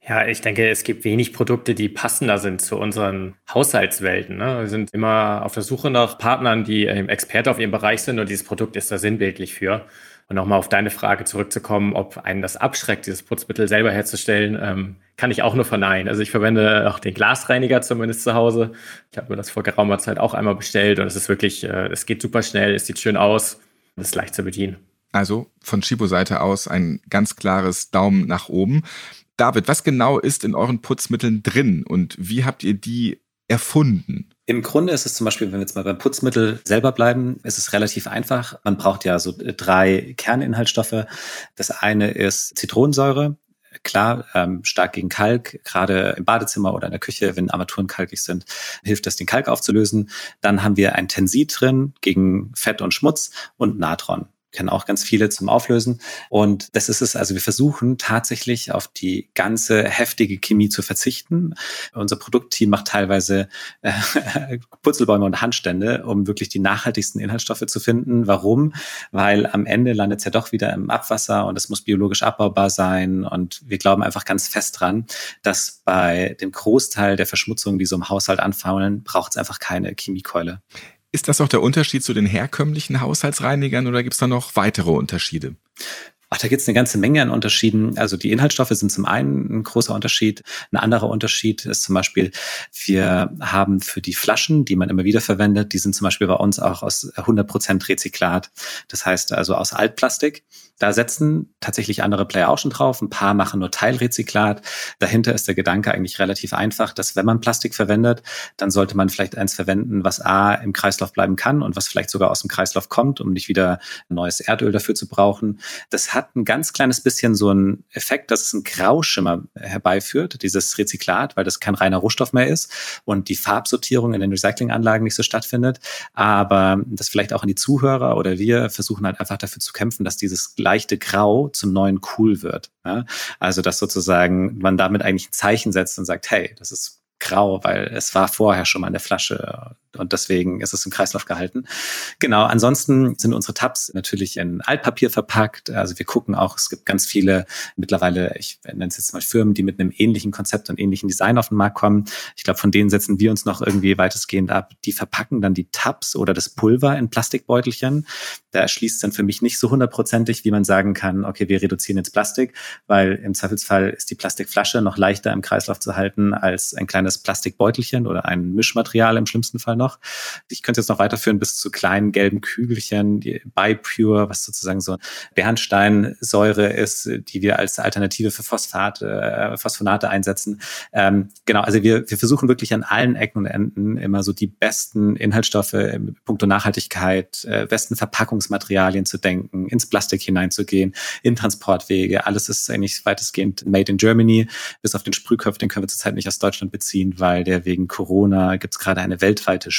Ja, ich denke, es gibt wenig Produkte, die passender sind zu unseren Haushaltswelten. Ne? Wir sind immer auf der Suche nach Partnern, die ähm, Experte auf ihrem Bereich sind und dieses Produkt ist da sinnbildlich für. Und nochmal auf deine Frage zurückzukommen, ob einen das abschreckt, dieses Putzmittel selber herzustellen, ähm, kann ich auch nur verneinen. Also ich verwende auch den Glasreiniger zumindest zu Hause. Ich habe mir das vor geraumer Zeit auch einmal bestellt und es ist wirklich, äh, es geht super schnell, es sieht schön aus und ist leicht zu bedienen. Also von Chibo-Seite aus ein ganz klares Daumen nach oben. David, was genau ist in euren Putzmitteln drin und wie habt ihr die erfunden? Im Grunde ist es zum Beispiel, wenn wir jetzt mal beim Putzmittel selber bleiben, ist es relativ einfach. Man braucht ja so drei Kerninhaltsstoffe. Das eine ist Zitronensäure. Klar, ähm, stark gegen Kalk, gerade im Badezimmer oder in der Küche, wenn Armaturen kalkig sind, hilft das, den Kalk aufzulösen. Dann haben wir ein Tensid drin gegen Fett und Schmutz und Natron. Kennen auch ganz viele zum Auflösen. Und das ist es, also wir versuchen tatsächlich auf die ganze heftige Chemie zu verzichten. Unser Produktteam macht teilweise äh, Purzelbäume und Handstände, um wirklich die nachhaltigsten Inhaltsstoffe zu finden. Warum? Weil am Ende landet es ja doch wieder im Abwasser und es muss biologisch abbaubar sein. Und wir glauben einfach ganz fest dran, dass bei dem Großteil der Verschmutzungen, die so im Haushalt anfallen, braucht es einfach keine Chemiekeule. Ist das auch der Unterschied zu den herkömmlichen Haushaltsreinigern oder gibt es da noch weitere Unterschiede? Ach, da gibt es eine ganze Menge an Unterschieden. Also die Inhaltsstoffe sind zum einen ein großer Unterschied. Ein anderer Unterschied ist zum Beispiel, wir haben für die Flaschen, die man immer wieder verwendet, die sind zum Beispiel bei uns auch aus hundert Prozent Rezyklat. Das heißt also aus Altplastik. Da setzen tatsächlich andere Player auch schon drauf. Ein paar machen nur Teilrezyklat. Dahinter ist der Gedanke eigentlich relativ einfach, dass wenn man Plastik verwendet, dann sollte man vielleicht eins verwenden, was A im Kreislauf bleiben kann und was vielleicht sogar aus dem Kreislauf kommt, um nicht wieder neues Erdöl dafür zu brauchen. Das hat ein ganz kleines bisschen so einen Effekt, dass es einen Grauschimmer herbeiführt, dieses Rezyklat, weil das kein reiner Rohstoff mehr ist und die Farbsortierung in den Recyclinganlagen nicht so stattfindet. Aber das vielleicht auch an die Zuhörer oder wir versuchen halt einfach dafür zu kämpfen, dass dieses leichte Grau zum neuen Cool wird. Ja? Also dass sozusagen man damit eigentlich ein Zeichen setzt und sagt, hey, das ist grau, weil es war vorher schon mal in der Flasche und deswegen ist es im Kreislauf gehalten. Genau, ansonsten sind unsere Tabs natürlich in Altpapier verpackt. Also wir gucken auch, es gibt ganz viele mittlerweile, ich nenne es jetzt mal Firmen, die mit einem ähnlichen Konzept und ähnlichen Design auf den Markt kommen. Ich glaube, von denen setzen wir uns noch irgendwie weitestgehend ab. Die verpacken dann die Tabs oder das Pulver in Plastikbeutelchen. Da erschließt dann für mich nicht so hundertprozentig, wie man sagen kann, okay, wir reduzieren jetzt Plastik, weil im Zweifelsfall ist die Plastikflasche noch leichter im Kreislauf zu halten als ein kleines Plastikbeutelchen oder ein Mischmaterial im schlimmsten Fall noch. Ich könnte jetzt noch weiterführen bis zu kleinen gelben Kügelchen, die BiPure, was sozusagen so Bernsteinsäure ist, die wir als Alternative für Phosphat, äh, Phosphonate einsetzen. Ähm, genau, also wir, wir versuchen wirklich an allen Ecken und Enden immer so die besten Inhaltsstoffe in puncto Nachhaltigkeit, äh, besten Verpackungsmaterialien zu denken, ins Plastik hineinzugehen, in Transportwege. Alles ist eigentlich weitestgehend made in Germany, bis auf den Sprühkopf, den können wir zurzeit nicht aus Deutschland beziehen, weil der wegen Corona gibt es gerade eine weltweite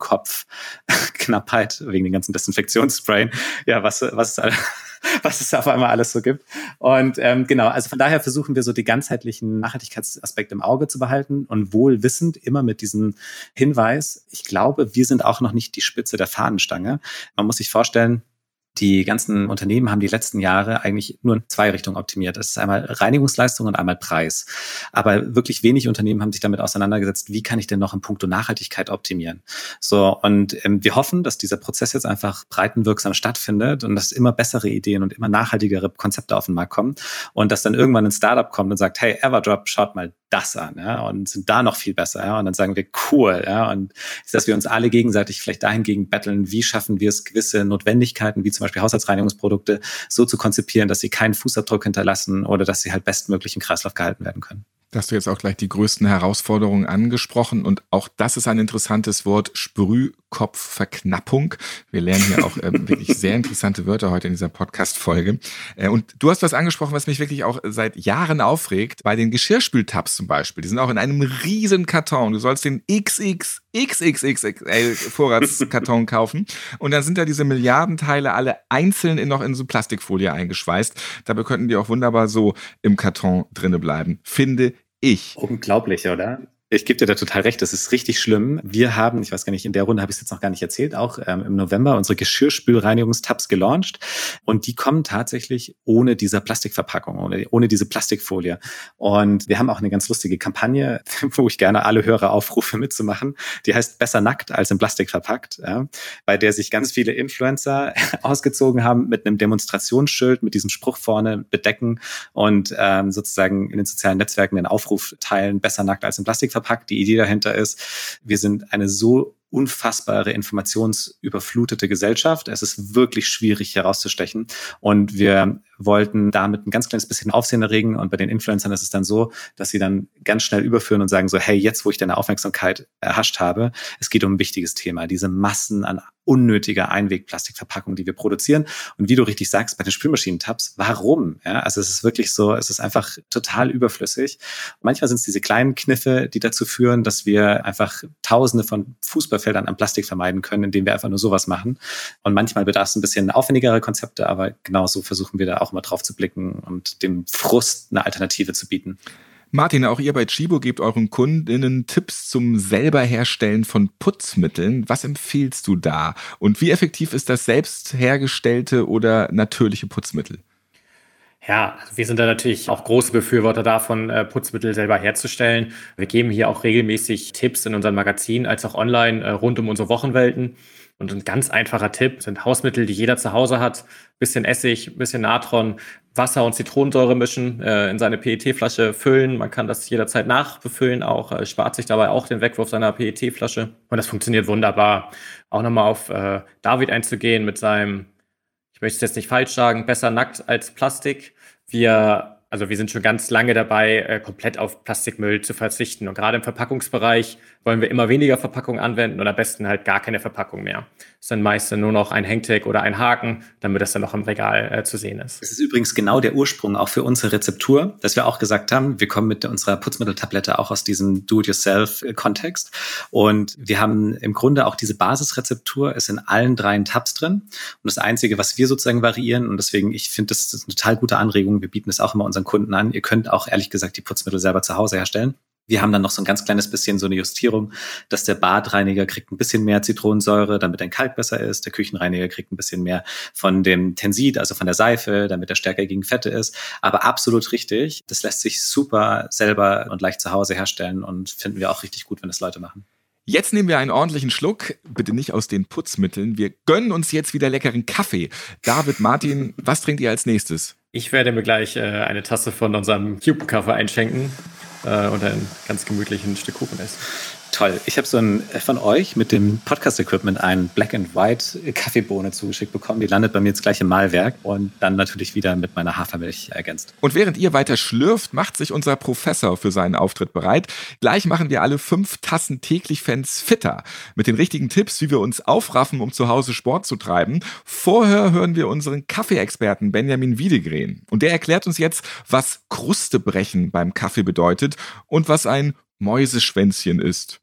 Sprühkopfknappheit wegen den ganzen Desinfektionssprayen. Ja, was, was, was es auf einmal alles so gibt. Und ähm, genau, also von daher versuchen wir so die ganzheitlichen Nachhaltigkeitsaspekte im Auge zu behalten und wohl wissend immer mit diesem Hinweis, ich glaube, wir sind auch noch nicht die Spitze der Fahnenstange. Man muss sich vorstellen, die ganzen Unternehmen haben die letzten Jahre eigentlich nur in zwei Richtungen optimiert. Das ist einmal Reinigungsleistung und einmal Preis. Aber wirklich wenig Unternehmen haben sich damit auseinandergesetzt, wie kann ich denn noch in puncto Nachhaltigkeit optimieren? So, und ähm, wir hoffen, dass dieser Prozess jetzt einfach breitenwirksam stattfindet und dass immer bessere Ideen und immer nachhaltigere Konzepte auf den Markt kommen und dass dann irgendwann ein Startup kommt und sagt, hey, Everdrop, schaut mal das an, ja, und sind da noch viel besser, ja, und dann sagen wir, cool, ja, und dass wir uns alle gegenseitig vielleicht dahingegen betteln, wie schaffen wir es, gewisse Notwendigkeiten, wie zum Beispiel Haushaltsreinigungsprodukte, so zu konzipieren, dass sie keinen Fußabdruck hinterlassen oder dass sie halt bestmöglich im Kreislauf gehalten werden können. Da hast du jetzt auch gleich die größten Herausforderungen angesprochen und auch das ist ein interessantes Wort, Sprühkopfverknappung. Wir lernen hier auch äh, wirklich sehr interessante Wörter heute in dieser Podcast-Folge. Äh, und du hast was angesprochen, was mich wirklich auch seit Jahren aufregt. Bei den Geschirrspültabs zum Beispiel, die sind auch in einem riesen Karton. Du sollst den X X X X X X L Vorratskarton kaufen und dann sind da diese Milliardenteile alle einzeln in, noch in so Plastikfolie eingeschweißt. Dabei könnten die auch wunderbar so im Karton drinne bleiben, finde ich. Unglaublich, oder? Ich gebe dir da total recht, das ist richtig schlimm. Wir haben, ich weiß gar nicht, in der Runde habe ich es jetzt noch gar nicht erzählt, auch ähm, im November unsere Geschirrspülreinigungstabs gelauncht und die kommen tatsächlich ohne diese Plastikverpackung, ohne, ohne diese Plastikfolie. Und wir haben auch eine ganz lustige Kampagne, wo ich gerne alle Hörer aufrufe mitzumachen. Die heißt Besser nackt als in Plastik verpackt, ja, bei der sich ganz viele Influencer ausgezogen haben mit einem Demonstrationsschild, mit diesem Spruch vorne bedecken und ähm, sozusagen in den sozialen Netzwerken den Aufruf teilen, besser nackt als in Plastik verpackt. Die Idee dahinter ist, wir sind eine so unfassbare informationsüberflutete Gesellschaft. Es ist wirklich schwierig herauszustechen und wir wollten damit ein ganz kleines bisschen Aufsehen erregen und bei den Influencern ist es dann so, dass sie dann ganz schnell überführen und sagen so, hey, jetzt, wo ich deine Aufmerksamkeit erhascht habe, es geht um ein wichtiges Thema, diese Massen an unnötiger Einwegplastikverpackung, die wir produzieren. Und wie du richtig sagst, bei den Spülmaschinentabs, warum? Ja, also es ist wirklich so, es ist einfach total überflüssig. Und manchmal sind es diese kleinen Kniffe, die dazu führen, dass wir einfach Tausende von Fußballfeldern an Plastik vermeiden können, indem wir einfach nur sowas machen. Und manchmal bedarf es ein bisschen aufwendigere Konzepte, aber genauso versuchen wir da auch immer drauf zu blicken und dem Frust eine Alternative zu bieten. Martin, auch ihr bei Chibo gebt euren Kundinnen Tipps zum selber Herstellen von Putzmitteln. Was empfiehlst du da? Und wie effektiv ist das selbst hergestellte oder natürliche Putzmittel? Ja, wir sind da natürlich auch große Befürworter davon, Putzmittel selber herzustellen. Wir geben hier auch regelmäßig Tipps in unseren Magazinen als auch online rund um unsere Wochenwelten. Und ein ganz einfacher Tipp sind Hausmittel, die jeder zu Hause hat. Bisschen Essig, bisschen Natron, Wasser und Zitronensäure mischen, äh, in seine P E T-Flasche füllen. Man kann das jederzeit nachbefüllen, auch äh, spart sich dabei auch den Wegwurf seiner P E T-Flasche. Und das funktioniert wunderbar. Auch nochmal auf äh, David einzugehen mit seinem, ich möchte es jetzt nicht falsch sagen, besser nackt als Plastik. Wir Also wir sind schon ganz lange dabei, äh, komplett auf Plastikmüll zu verzichten. Und gerade im Verpackungsbereich wollen wir immer weniger Verpackung anwenden und am besten halt gar keine Verpackung mehr. Es sind meist nur noch ein Hangtag oder ein Haken, damit das dann noch im Regal äh, zu sehen ist. Das ist übrigens genau der Ursprung auch für unsere Rezeptur, dass wir auch gesagt haben, wir kommen mit unserer Putzmitteltablette auch aus diesem Do-it-yourself-Kontext. Und wir haben im Grunde auch diese Basisrezeptur, ist in allen dreien Tabs drin. Und das Einzige, was wir sozusagen variieren, und deswegen, ich finde, das ist eine total gute Anregung, wir bieten das auch immer unseren Kunden an. Ihr könnt auch ehrlich gesagt die Putzmittel selber zu Hause herstellen. Wir haben dann noch so ein ganz kleines bisschen so eine Justierung, dass der Badreiniger kriegt ein bisschen mehr Zitronensäure, damit ein Kalk besser ist. Der Küchenreiniger kriegt ein bisschen mehr von dem Tensid, also von der Seife, damit er stärker gegen Fette ist. Aber absolut richtig. Das lässt sich super selber und leicht zu Hause herstellen und finden wir auch richtig gut, wenn das Leute machen. Jetzt nehmen wir einen ordentlichen Schluck, bitte nicht aus den Putzmitteln. Wir gönnen uns jetzt wieder leckeren Kaffee. David, Martin, was trinkt ihr als nächstes? Ich werde mir gleich äh, eine Tasse von unserem Cube-Kaffee einschenken äh, und ein ganz gemütlichen Stück Kuchen essen. Toll. Ich habe so ein von euch mit dem Podcast-Equipment einen Black and White Kaffeebohne zugeschickt bekommen. Die landet bei mir jetzt gleich im Mahlwerk und dann natürlich wieder mit meiner Hafermilch ergänzt. Und während ihr weiter schlürft, macht sich unser Professor für seinen Auftritt bereit. Gleich machen wir alle fünf Tassen täglich Fans fitter. Mit den richtigen Tipps, wie wir uns aufraffen, um zu Hause Sport zu treiben. Vorher hören wir unseren Kaffeeexperten Benjamin Wiedegren. Und der erklärt uns jetzt, was Krustebrechen beim Kaffee bedeutet und was ein Mäuseschwänzchen ist.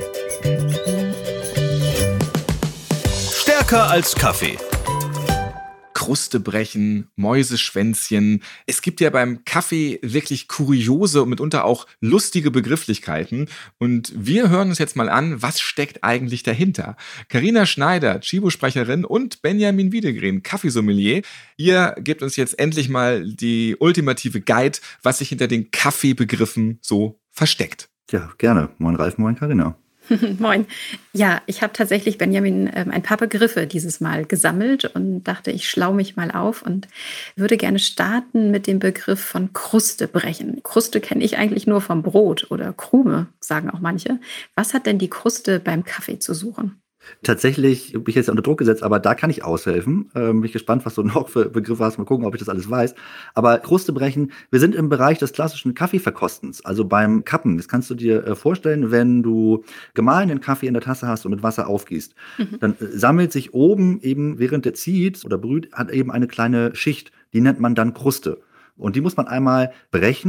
Stärker als Kaffee. Krustebrechen, Mäuseschwänzchen. Es gibt ja beim Kaffee wirklich kuriose und mitunter auch lustige Begrifflichkeiten. Und wir hören uns jetzt mal an, was steckt eigentlich dahinter. Carina Schneider, Chibo-Sprecherin und Benjamin Wiedegren, Kaffeesommelier. Ihr gebt uns jetzt endlich mal die ultimative Guide, was sich hinter den Kaffeebegriffen so versteckt. Ja, gerne. Moin Ralf, moin Carina. Moin. Ja, ich habe tatsächlich, Benjamin, ein paar Begriffe dieses Mal gesammelt und dachte, ich schlau mich mal auf und würde gerne starten mit dem Begriff von Kruste brechen. Kruste kenne ich eigentlich nur vom Brot oder Krume, sagen auch manche. Was hat denn die Kruste beim Kaffee zu suchen? Tatsächlich bin ich jetzt unter Druck gesetzt, aber da kann ich aushelfen. Ähm, bin ich gespannt, was du noch für Begriffe hast. Mal gucken, ob ich das alles weiß. Aber Krustebrechen, wir sind im Bereich des klassischen Kaffeeverkostens, also beim Kappen. Das kannst du dir äh, vorstellen, wenn du gemahlenen Kaffee in der Tasse hast und mit Wasser aufgießt. Mhm. Dann äh, sammelt sich oben eben, während der zieht oder brüht, hat eben eine kleine Schicht. Die nennt man dann Kruste. Und die muss man einmal brechen.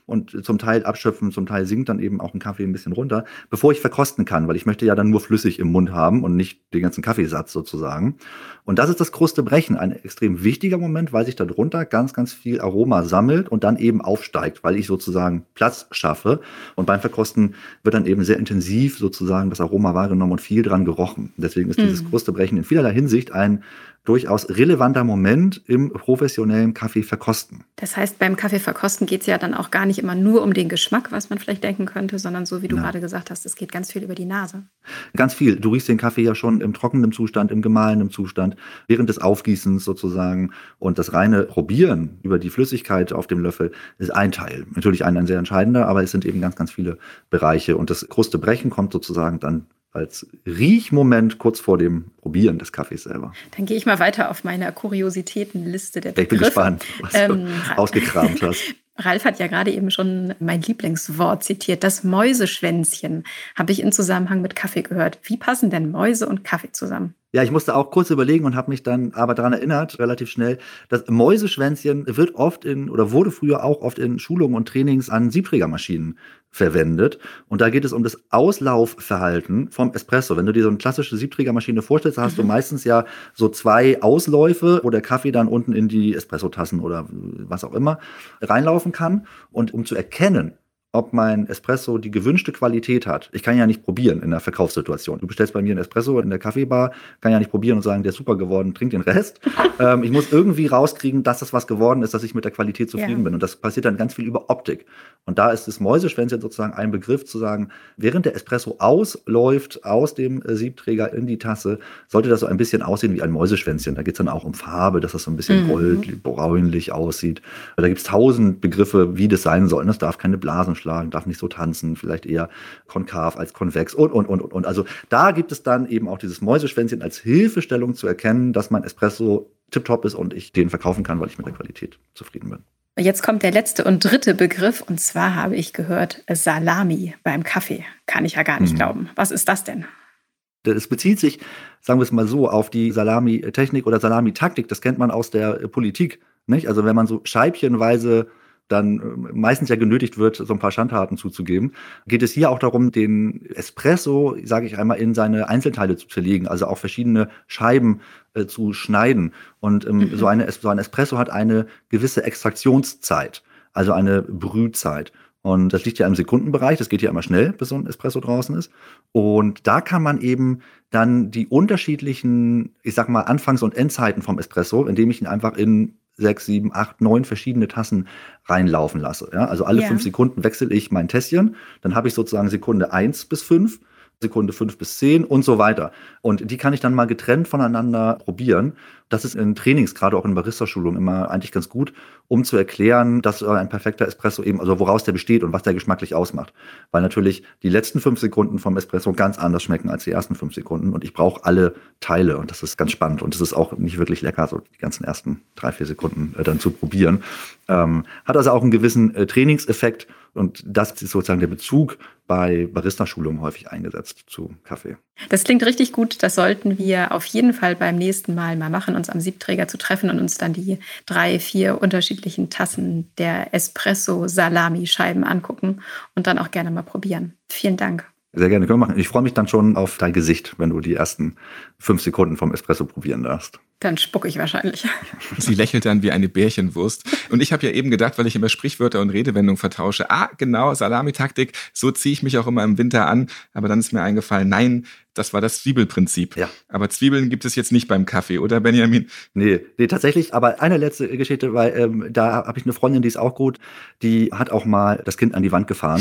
und zum Teil abschöpfen, zum Teil sinkt dann eben auch ein Kaffee ein bisschen runter, bevor ich verkosten kann, weil ich möchte ja dann nur flüssig im Mund haben und nicht den ganzen Kaffeesatz sozusagen. Und das ist das Krustebrechen, ein extrem wichtiger Moment, weil sich darunter ganz, ganz viel Aroma sammelt und dann eben aufsteigt, weil ich sozusagen Platz schaffe. Und beim Verkosten wird dann eben sehr intensiv sozusagen das Aroma wahrgenommen und viel dran gerochen. Deswegen ist dieses mhm. Krustebrechen in vielerlei Hinsicht ein durchaus relevanter Moment im professionellen Kaffeeverkosten. Das heißt, beim Kaffeeverkosten geht es ja dann auch gar nicht immer nur um den Geschmack, was man vielleicht denken könnte, sondern so wie du ja. gerade gesagt hast, es geht ganz viel über die Nase. Ganz viel. Du riechst den Kaffee ja schon im trockenen Zustand, im gemahlenen Zustand, während des Aufgießens sozusagen. Und das reine Probieren über die Flüssigkeit auf dem Löffel ist ein Teil. Natürlich ein, ein sehr entscheidender, aber es sind eben ganz, ganz viele Bereiche. Und das Krustebrechen kommt sozusagen dann als Riechmoment kurz vor dem Probieren des Kaffees selber. Dann gehe ich mal weiter auf meiner Kuriositätenliste der Begriffe. Ich bin gespannt, was ähm, du ausgekramt hast. Ralf hat ja gerade eben schon mein Lieblingswort zitiert. Das Mäuseschwänzchen habe ich in Zusammenhang mit Kaffee gehört. Wie passen denn Mäuse und Kaffee zusammen? Ja, ich musste auch kurz überlegen und habe mich dann aber daran erinnert, relativ schnell, das Mäuseschwänzchen wird oft in oder wurde früher auch oft in Schulungen und Trainings an Siebträgermaschinen verwendet. Und da geht es um das Auslaufverhalten vom Espresso. Wenn du dir so eine klassische Siebträgermaschine vorstellst, da hast mhm. du meistens ja so zwei Ausläufe, wo der Kaffee dann unten in die Espressotassen oder was auch immer reinlaufen kann. Und um zu erkennen, ob mein Espresso die gewünschte Qualität hat. Ich kann ja nicht probieren in der Verkaufssituation. Du bestellst bei mir einen Espresso in der Kaffeebar, kann ja nicht probieren und sagen, der ist super geworden, trink den Rest. ähm, ich muss irgendwie rauskriegen, dass das was geworden ist, dass ich mit der Qualität zufrieden ja. bin. Und das passiert dann ganz viel über Optik. Und da ist das Mäuseschwänzchen sozusagen ein Begriff zu sagen, während der Espresso ausläuft aus dem Siebträger in die Tasse, sollte das so ein bisschen aussehen wie ein Mäuseschwänzchen. Da geht es dann auch um Farbe, dass das so ein bisschen mhm. gold, bräunlich aussieht. Da gibt es tausend Begriffe, wie das sein soll. Es darf keine Blasen schlagen, darf nicht so tanzen, vielleicht eher konkav als konvex und, und, und, und. Also da gibt es dann eben auch dieses Mäuseschwänzchen als Hilfestellung zu erkennen, dass mein Espresso tipptopp ist und ich den verkaufen kann, weil ich mit der Qualität zufrieden bin. Jetzt kommt der letzte und dritte Begriff und zwar habe ich gehört Salami beim Kaffee. Kann ich ja gar nicht mhm. glauben. Was ist das denn? Es bezieht sich, sagen wir es mal so, auf die Salami-Technik oder Salami-Taktik. Das kennt man aus der Politik, nicht? Also wenn man so scheibchenweise dann meistens ja genötigt wird, so ein paar Schandtaten zuzugeben, geht es hier auch darum, den Espresso, sage ich einmal, in seine Einzelteile zu zerlegen, also auch verschiedene Scheiben äh, zu schneiden. Und ähm, mhm. so, eine, so ein Espresso hat eine gewisse Extraktionszeit, also eine Brühzeit. Und das liegt ja im Sekundenbereich, das geht ja immer schnell, bis so ein Espresso draußen ist. Und da kann man eben dann die unterschiedlichen, ich sag mal, Anfangs- und Endzeiten vom Espresso, indem ich ihn einfach in sechs, sieben, acht, neun verschiedene Tassen reinlaufen lasse. Ja, also alle ja. fünf Sekunden wechsle ich mein Tässchen. Dann habe ich sozusagen Sekunde eins bis fünf, Sekunde fünf bis zehn und so weiter. Und die kann ich dann mal getrennt voneinander probieren. Das ist in Trainings, gerade auch in Barista-Schulungen, immer eigentlich ganz gut, um zu erklären, dass ein perfekter Espresso eben, also woraus der besteht und was der geschmacklich ausmacht. Weil natürlich die letzten fünf Sekunden vom Espresso ganz anders schmecken als die ersten fünf Sekunden. Und ich brauche alle Teile und das ist ganz spannend. Und es ist auch nicht wirklich lecker, so die ganzen ersten drei, vier Sekunden äh, dann zu probieren. Ähm, hat also auch einen gewissen äh, Trainingseffekt. Und das ist sozusagen der Bezug bei Barista-Schulungen häufig eingesetzt zu Kaffee. Das klingt richtig gut. Das sollten wir auf jeden Fall beim nächsten Mal mal machen, uns am Siebträger zu treffen und uns dann die drei, vier unterschiedlichen Tassen der Espresso-Salami-Scheiben angucken und dann auch gerne mal probieren. Vielen Dank. Sehr gerne, können wir machen. Ich freue mich dann schon auf dein Gesicht, wenn du die ersten fünf Sekunden vom Espresso probieren darfst. Dann spucke ich wahrscheinlich. Sie lächelt dann wie eine Bärchenwurst. Und ich habe ja eben gedacht, weil ich immer Sprichwörter und Redewendungen vertausche, ah, genau, Salamitaktik, so ziehe ich mich auch immer im Winter an. Aber dann ist mir eingefallen, nein, das war das Zwiebelprinzip. Ja. Aber Zwiebeln gibt es jetzt nicht beim Kaffee, oder Benjamin? Nee, nee, tatsächlich. Aber eine letzte Geschichte, weil ähm, da habe ich eine Freundin, die ist auch gut, die hat auch mal das Kind an die Wand gefahren.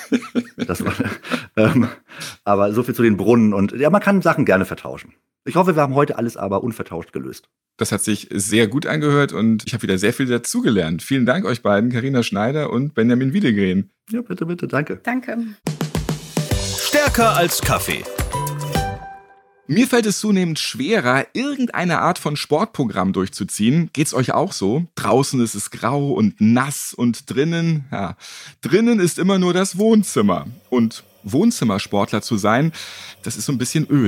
das war, ähm, aber so viel zu den Brunnen. Und ja, man kann Sachen gerne vertauschen. Ich hoffe, wir haben heute alles aber unvertauscht gelöst. Das hat sich sehr gut angehört und ich habe wieder sehr viel dazugelernt. Vielen Dank euch beiden, Carina Schneider und Benjamin Wiedegren. Ja, bitte, bitte, danke. Danke. Stärker als Kaffee. Mir fällt es zunehmend schwerer, irgendeine Art von Sportprogramm durchzuziehen. Geht's euch auch so? Draußen ist es grau und nass und drinnen, ja, drinnen ist immer nur das Wohnzimmer. Und Wohnzimmersportler zu sein, das ist so ein bisschen öde.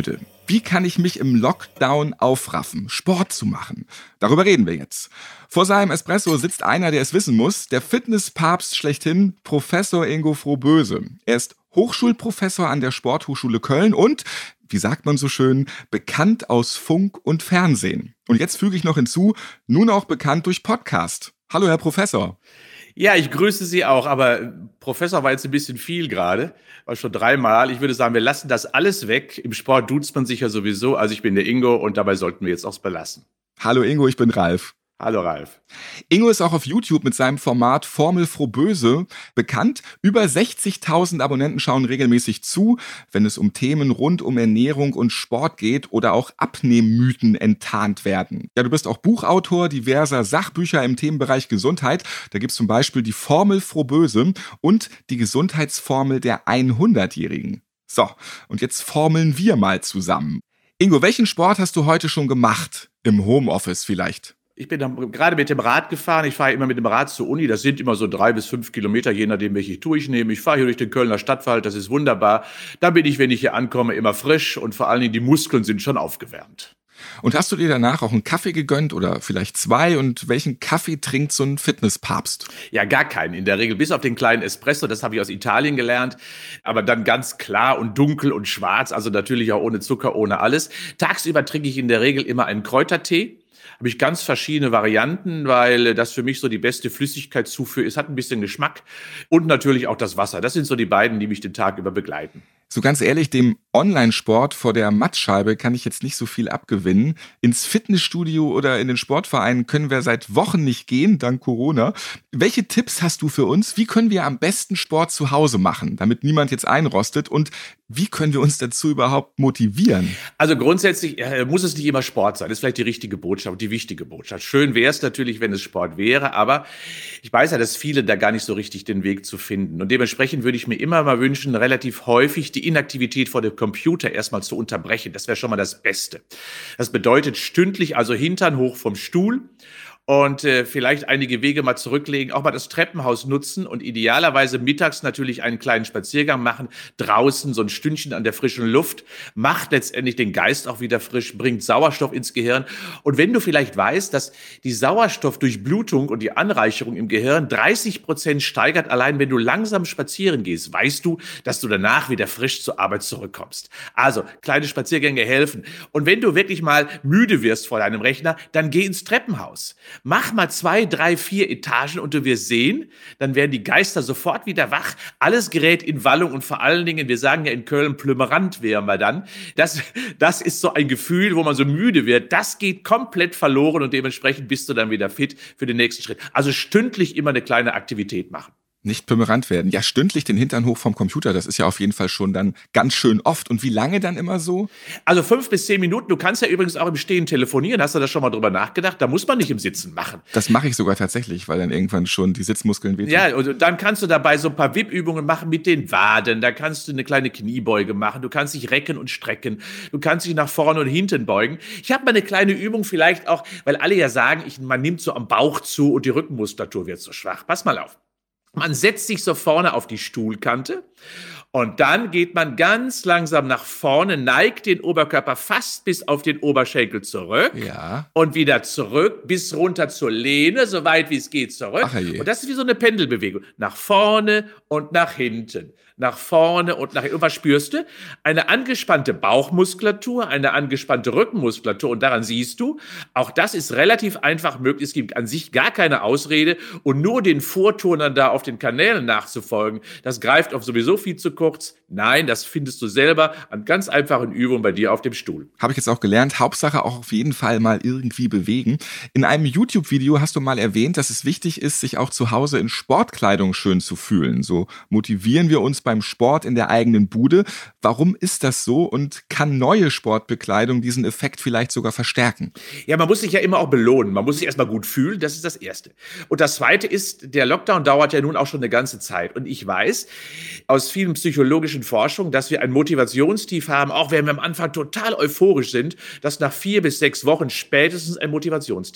Wie kann ich mich im Lockdown aufraffen, Sport zu machen? Darüber reden wir jetzt. Vor seinem Espresso sitzt einer, der es wissen muss, der Fitnesspapst schlechthin, Professor Ingo Frohböse. Er ist Hochschulprofessor an der Sporthochschule Köln und, wie sagt man so schön, bekannt aus Funk und Fernsehen. Und jetzt füge ich noch hinzu, nun auch bekannt durch Podcast. Hallo, Herr Professor. Ja, ich grüße Sie auch, aber Professor war jetzt ein bisschen viel gerade, war schon dreimal. Ich würde sagen, wir lassen das alles weg. Im Sport duzt man sich ja sowieso. Also ich bin der Ingo und dabei sollten wir jetzt auch belassen. Hallo Ingo, ich bin Ralf. Hallo Ralf. Ingo ist auch auf YouTube mit seinem Format Formel Frohböse bekannt. Über sechzigtausend Abonnenten schauen regelmäßig zu, wenn es um Themen rund um Ernährung und Sport geht oder auch Abnehmmythen enttarnt werden. Ja, du bist auch Buchautor diverser Sachbücher im Themenbereich Gesundheit. Da gibt's zum Beispiel die Formel Frohböse und die Gesundheitsformel der hundertjährigen. So, und jetzt formeln wir mal zusammen. Ingo, welchen Sport hast du heute schon gemacht? Im Homeoffice vielleicht? Ich bin dann gerade mit dem Rad gefahren. Ich fahre immer mit dem Rad zur Uni. Das sind immer so drei bis fünf Kilometer, je nachdem, welche Tour ich nehme. Ich fahre hier durch den Kölner Stadtwald. Das ist wunderbar. Da bin ich, wenn ich hier ankomme, immer frisch und vor allen Dingen die Muskeln sind schon aufgewärmt. Und hast du dir danach auch einen Kaffee gegönnt oder vielleicht zwei? Und welchen Kaffee trinkt so ein Fitnesspapst? Ja, gar keinen in der Regel, bis auf den kleinen Espresso, das habe ich aus Italien gelernt. Aber dann ganz klar und dunkel und schwarz, also natürlich auch ohne Zucker, ohne alles. Tagsüber trinke ich in der Regel immer einen Kräutertee. Habe ich ganz verschiedene Varianten, weil das für mich so die beste Flüssigkeitszufuhr ist, hat ein bisschen Geschmack und natürlich auch das Wasser. Das sind so die beiden, die mich den Tag über begleiten. So ganz ehrlich, dem Online-Sport vor der Mattscheibe kann ich jetzt nicht so viel abgewinnen. Ins Fitnessstudio oder in den Sportverein können wir seit Wochen nicht gehen, dank Corona. Welche Tipps hast du für uns? Wie können wir am besten Sport zu Hause machen, damit niemand jetzt einrostet? Und wie können wir uns dazu überhaupt motivieren? Also grundsätzlich äh, muss es nicht immer Sport sein. Das ist vielleicht die richtige Botschaft, die wichtige Botschaft. Schön wäre es natürlich, wenn es Sport wäre, aber ich weiß ja, dass viele da gar nicht so richtig den Weg zu finden. Und dementsprechend würde ich mir immer mal wünschen, relativ häufig die Inaktivität vor dem Computer erstmal zu unterbrechen. Das wäre schon mal das Beste. Das bedeutet stündlich, also Hintern hoch vom Stuhl. Und äh, vielleicht einige Wege mal zurücklegen, auch mal das Treppenhaus nutzen und idealerweise mittags natürlich einen kleinen Spaziergang machen, draußen so ein Stündchen an der frischen Luft, macht letztendlich den Geist auch wieder frisch, bringt Sauerstoff ins Gehirn. Und wenn du vielleicht weißt, dass die Sauerstoffdurchblutung und die Anreicherung im Gehirn dreißig Prozent steigert, allein wenn du langsam spazieren gehst, weißt du, dass du danach wieder frisch zur Arbeit zurückkommst. Also kleine Spaziergänge helfen. Und wenn du wirklich mal müde wirst vor deinem Rechner, dann geh ins Treppenhaus. Mach mal zwei, drei, vier Etagen und du wirst sehen, dann werden die Geister sofort wieder wach. Alles gerät in Wallung und vor allen Dingen, wir sagen ja in Köln, plümerant wären wir dann. Das, das ist so ein Gefühl, wo man so müde wird. Das geht komplett verloren und dementsprechend bist du dann wieder fit für den nächsten Schritt. Also stündlich immer eine kleine Aktivität machen. Nicht pümmerant werden. Ja, stündlich den Hintern hoch vom Computer, das ist ja auf jeden Fall schon dann ganz schön oft. Und wie lange dann immer so? Also fünf bis zehn Minuten. Du kannst ja übrigens auch im Stehen telefonieren. Hast du da schon mal drüber nachgedacht? Da muss man nicht im Sitzen machen. Das mache ich sogar tatsächlich, weil dann irgendwann schon die Sitzmuskeln wehtun. Ja, und dann kannst du dabei so ein paar Wippübungen machen mit den Waden. Da kannst du eine kleine Kniebeuge machen. Du kannst dich recken und strecken. Du kannst dich nach vorne und hinten beugen. Ich habe mal eine kleine Übung vielleicht auch, weil alle ja sagen, ich, man nimmt so am Bauch zu und die Rückenmuskulatur wird so schwach. Pass mal auf. Man setzt sich so vorne auf die Stuhlkante und dann geht man ganz langsam nach vorne, neigt den Oberkörper fast bis auf den Oberschenkel zurück ja. Und wieder zurück bis runter zur Lehne, so weit wie es geht zurück. Ach, je. Und das ist wie so eine Pendelbewegung. Nach vorne und nach hinten. Nach vorne und nach hinten. Und was spürst du? Eine angespannte Bauchmuskulatur, eine angespannte Rückenmuskulatur. Und daran siehst du, auch das ist relativ einfach möglich. Es gibt an sich gar keine Ausrede. Und nur den Vorturnern da auf den Kanälen nachzufolgen, das greift auf sowieso viel zu kurz. Nein, das findest du selber an ganz einfachen Übungen bei dir auf dem Stuhl. Habe ich jetzt auch gelernt. Hauptsache auch auf jeden Fall mal irgendwie bewegen. In einem YouTube-Video hast du mal erwähnt, dass es wichtig ist, sich auch zu Hause in Sportkleidung schön zu fühlen. So motivieren wir uns beim Sport in der eigenen Bude. Warum ist das so und kann neue Sportbekleidung diesen Effekt vielleicht sogar verstärken? Ja, man muss sich ja immer auch belohnen. Man muss sich erstmal gut fühlen, das ist das Erste. Und das Zweite ist, der Lockdown dauert ja nun auch schon eine ganze Zeit. Und ich weiß aus vielen psychologischen Forschungen, dass wir ein Motivationstief haben, auch wenn wir am Anfang total euphorisch sind, dass nach vier bis sechs Wochen spätestens ein Motivationstief kommt.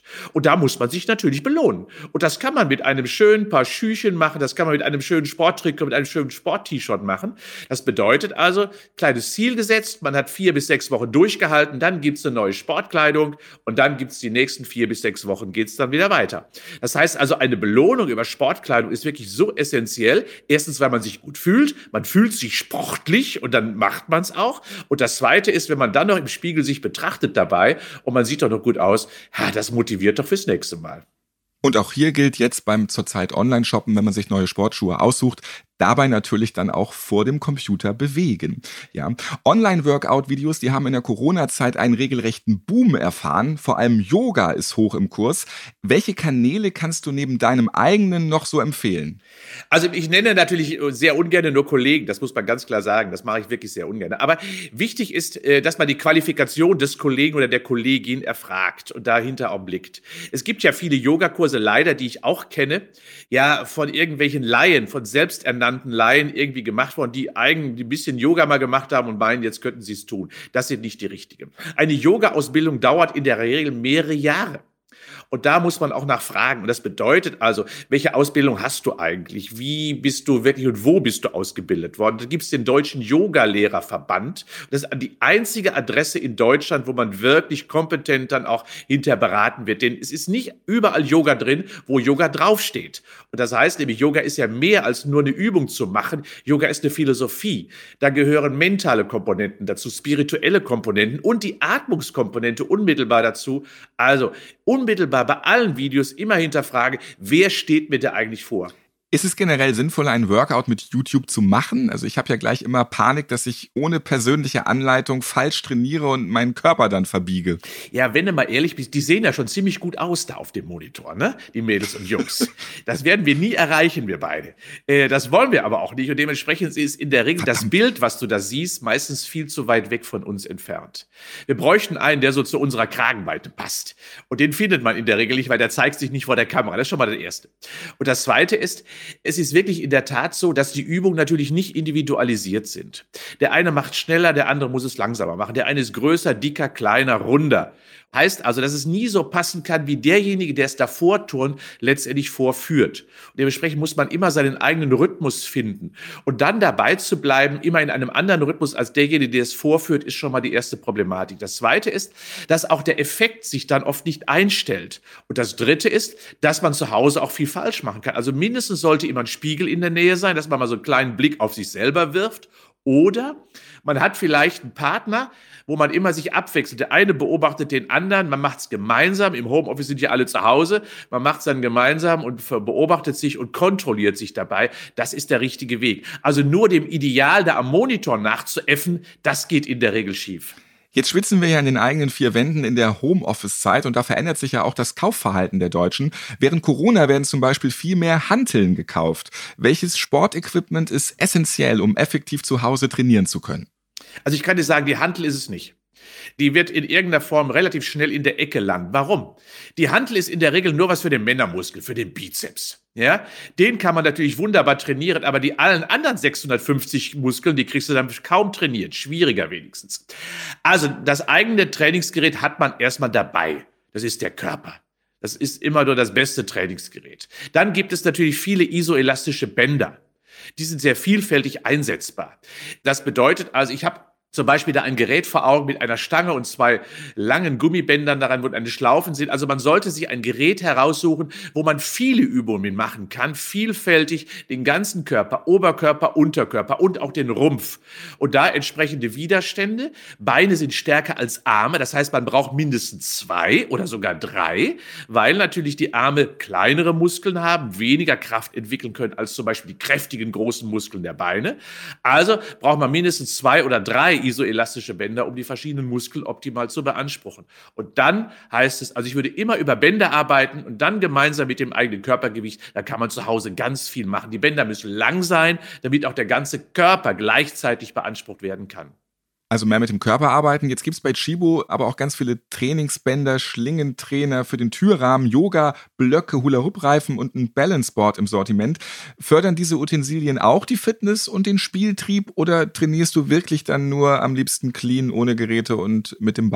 Und da muss man sich natürlich belohnen. Und das kann man mit einem schönen Paar Schüchen machen, das kann man mit einem schönen Sporttrikot, mit einem schönen Sport-T-Shirt machen. Das bedeutet also, kleines Ziel gesetzt, man hat vier bis sechs Wochen durchgehalten, dann gibt's eine neue Sportkleidung und dann gibt's die nächsten vier bis sechs Wochen, geht's dann wieder weiter. Das heißt also, eine Belohnung über Sportkleidung ist wirklich so essentiell. Erstens, weil man sich gut fühlt, man fühlt sich sportlich und dann macht man's auch. Und das Zweite ist, wenn man dann noch im Spiegel sich betrachtet dabei und man sieht doch noch gut aus, ja, das motiviert doch fürs nächste Mal. Und auch hier gilt jetzt beim zurzeit Online-Shoppen, wenn man sich neue Sportschuhe aussucht, dabei natürlich dann auch vor dem Computer bewegen. Ja. Online-Workout-Videos, die haben in der Corona-Zeit einen regelrechten Boom erfahren. Vor allem Yoga ist hoch im Kurs. Welche Kanäle kannst du neben deinem eigenen noch so empfehlen? Also ich nenne natürlich sehr ungern nur Kollegen, das muss man ganz klar sagen, das mache ich wirklich sehr ungern. Aber wichtig ist, dass man die Qualifikation des Kollegen oder der Kollegin erfragt und dahinter auch blickt. Es gibt ja viele Yogakurse leider, die ich auch kenne, ja von irgendwelchen Laien, von selbsternannten Laien irgendwie gemacht worden, die eigentlich ein bisschen Yoga mal gemacht haben und meinen, jetzt könnten sie es tun. Das sind nicht die richtigen. Eine Yoga-Ausbildung dauert in der Regel mehrere Jahre. Und da muss man auch nachfragen. Und das bedeutet also, welche Ausbildung hast du eigentlich? Wie bist du wirklich und wo bist du ausgebildet worden? Da gibt es den Deutschen Yoga-Lehrerverband. Das ist die einzige Adresse in Deutschland, wo man wirklich kompetent dann auch hinterher beraten wird. Denn es ist nicht überall Yoga drin, wo Yoga draufsteht. Und das heißt nämlich, Yoga ist ja mehr als nur eine Übung zu machen. Yoga ist eine Philosophie. Da gehören mentale Komponenten dazu, spirituelle Komponenten und die Atmungskomponente unmittelbar dazu. Also unmittelbar bei allen Videos immer hinterfrage, wer steht mir da eigentlich vor? Ist es generell sinnvoll, einen Workout mit YouTube zu machen? Also ich habe ja gleich immer Panik, dass ich ohne persönliche Anleitung falsch trainiere und meinen Körper dann verbiege. Ja, wenn du mal ehrlich bist, die sehen ja schon ziemlich gut aus da auf dem Monitor, ne? Die Mädels und Jungs. Das werden wir nie erreichen, wir beide. Äh, das wollen wir aber auch nicht. Und dementsprechend ist in der Regel das Bild, was du da siehst, meistens viel zu weit weg von uns entfernt. Wir bräuchten einen, der so zu unserer Kragenweite passt. Und den findet man in der Regel nicht, weil der zeigt sich nicht vor der Kamera. Das ist schon mal das Erste. Und das Zweite ist, es ist wirklich in der Tat so, dass die Übungen natürlich nicht individualisiert sind. Der eine macht schneller, der andere muss es langsamer machen. Der eine ist größer, dicker, kleiner, runder. Heißt also, dass es nie so passen kann, wie derjenige, der es davor turnt, letztendlich vorführt. Und dementsprechend muss man immer seinen eigenen Rhythmus finden. Und dann dabei zu bleiben, immer in einem anderen Rhythmus als derjenige, der es vorführt, ist schon mal die erste Problematik. Das Zweite ist, dass auch der Effekt sich dann oft nicht einstellt. Und das Dritte ist, dass man zu Hause auch viel falsch machen kann. Also mindestens sollte immer ein Spiegel in der Nähe sein, dass man mal so einen kleinen Blick auf sich selber wirft. Oder man hat vielleicht einen Partner, wo man immer sich abwechselt. Der eine beobachtet den anderen, man macht es gemeinsam. Im Homeoffice sind ja alle zu Hause. Man macht es dann gemeinsam und beobachtet sich und kontrolliert sich dabei. Das ist der richtige Weg. Also nur dem Ideal da am Monitor nachzuäffen, das geht in der Regel schief. Jetzt schwitzen wir ja in den eigenen vier Wänden in der Homeoffice-Zeit und da verändert sich ja auch das Kaufverhalten der Deutschen. Während Corona werden zum Beispiel viel mehr Hanteln gekauft. Welches Sportequipment ist essentiell, um effektiv zu Hause trainieren zu können? Also ich kann dir sagen, die Hantel ist es nicht. Die wird in irgendeiner Form relativ schnell in der Ecke landen. Warum? Die Hantel ist in der Regel nur was für den Männermuskel, für den Bizeps. Ja, den kann man natürlich wunderbar trainieren, aber die allen anderen sechshundertfünfzig Muskeln, die kriegst du dann kaum trainiert. Schwieriger wenigstens. Also das eigene Trainingsgerät hat man erstmal dabei. Das ist der Körper. Das ist immer nur das beste Trainingsgerät. Dann gibt es natürlich viele isoelastische Bänder. Die sind sehr vielfältig einsetzbar. Das bedeutet also, ich habe zum Beispiel da ein Gerät vor Augen mit einer Stange und zwei langen Gummibändern daran, wo eine Schlaufen sind. Also man sollte sich ein Gerät heraussuchen, wo man viele Übungen machen kann, vielfältig den ganzen Körper, Oberkörper, Unterkörper und auch den Rumpf. Und da entsprechende Widerstände. Beine sind stärker als Arme, das heißt, man braucht mindestens zwei oder sogar drei, weil natürlich die Arme kleinere Muskeln haben, weniger Kraft entwickeln können als zum Beispiel die kräftigen großen Muskeln der Beine. Also braucht man mindestens zwei oder drei isoelastische Bänder, um die verschiedenen Muskeln optimal zu beanspruchen. Und dann heißt es, also ich würde immer über Bänder arbeiten und dann gemeinsam mit dem eigenen Körpergewicht, da kann man zu Hause ganz viel machen. Die Bänder müssen lang sein, damit auch der ganze Körper gleichzeitig beansprucht werden kann. Also mehr mit dem Körper arbeiten. Jetzt gibt es bei Tchibo aber auch ganz viele Trainingsbänder, Schlingentrainer für den Türrahmen, Yoga, Blöcke, Hula-Hoop-Reifen und ein Balanceboard im Sortiment. Fördern diese Utensilien auch die Fitness und den Spieltrieb oder trainierst du wirklich dann nur am liebsten clean, ohne Geräte und mit dem Band?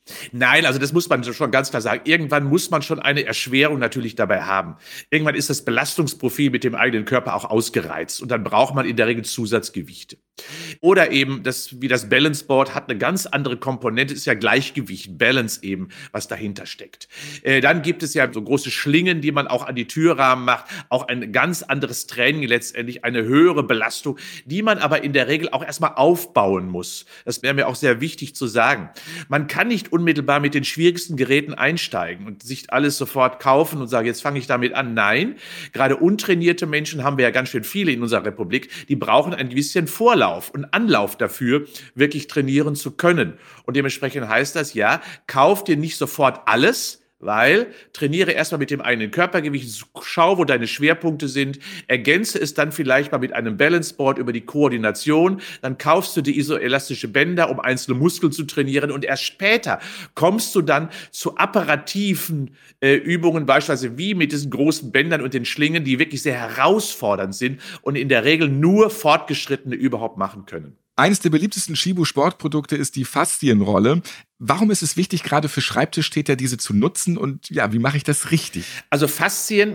Nein, also das muss man schon ganz klar sagen. Irgendwann muss man schon eine Erschwerung natürlich dabei haben. Irgendwann ist das Belastungsprofil mit dem eigenen Körper auch ausgereizt und dann braucht man in der Regel Zusatzgewichte. Oder eben, das, wie das Balance Board hat eine ganz andere Komponente, ist ja Gleichgewicht, Balance eben, was dahinter steckt. Äh, dann gibt es ja so große Schlingen, die man auch an die Türrahmen macht, auch ein ganz anderes Training letztendlich, eine höhere Belastung, die man aber in der Regel auch erstmal aufbauen muss. Das wäre mir auch sehr wichtig zu sagen. Man kann nicht unmittelbar mit den schwierigsten Geräten einsteigen und sich alles sofort kaufen und sagen, jetzt fange ich damit an. Nein, gerade untrainierte Menschen haben wir ja ganz schön viele in unserer Republik, die brauchen ein bisschen Vorlauf und Anlauf dafür, wirklich trainieren zu können. Und dementsprechend heißt das, ja, kauf dir nicht sofort alles, weil trainiere erstmal mit dem eigenen Körpergewicht, schau, wo deine Schwerpunkte sind, ergänze es dann vielleicht mal mit einem Balance Board über die Koordination, dann kaufst du die isoelastische Bänder, um einzelne Muskeln zu trainieren und erst später kommst du dann zu apparativen äh, Übungen, beispielsweise wie mit diesen großen Bändern und den Schlingen, die wirklich sehr herausfordernd sind und in der Regel nur Fortgeschrittene überhaupt machen können. Eines der beliebtesten Chibo-Sportprodukte ist die Faszienrolle. Warum ist es wichtig, gerade für Schreibtischtäter diese zu nutzen und ja, wie mache ich das richtig? Also Faszien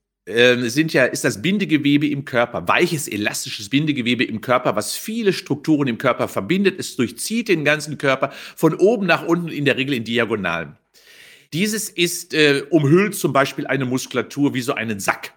äh, sind ja, ist das Bindegewebe im Körper, weiches, elastisches Bindegewebe im Körper, was viele Strukturen im Körper verbindet. Es durchzieht den ganzen Körper von oben nach unten, in der Regel in Diagonalen. Dieses ist äh, umhüllt zum Beispiel eine Muskulatur wie so einen Sack.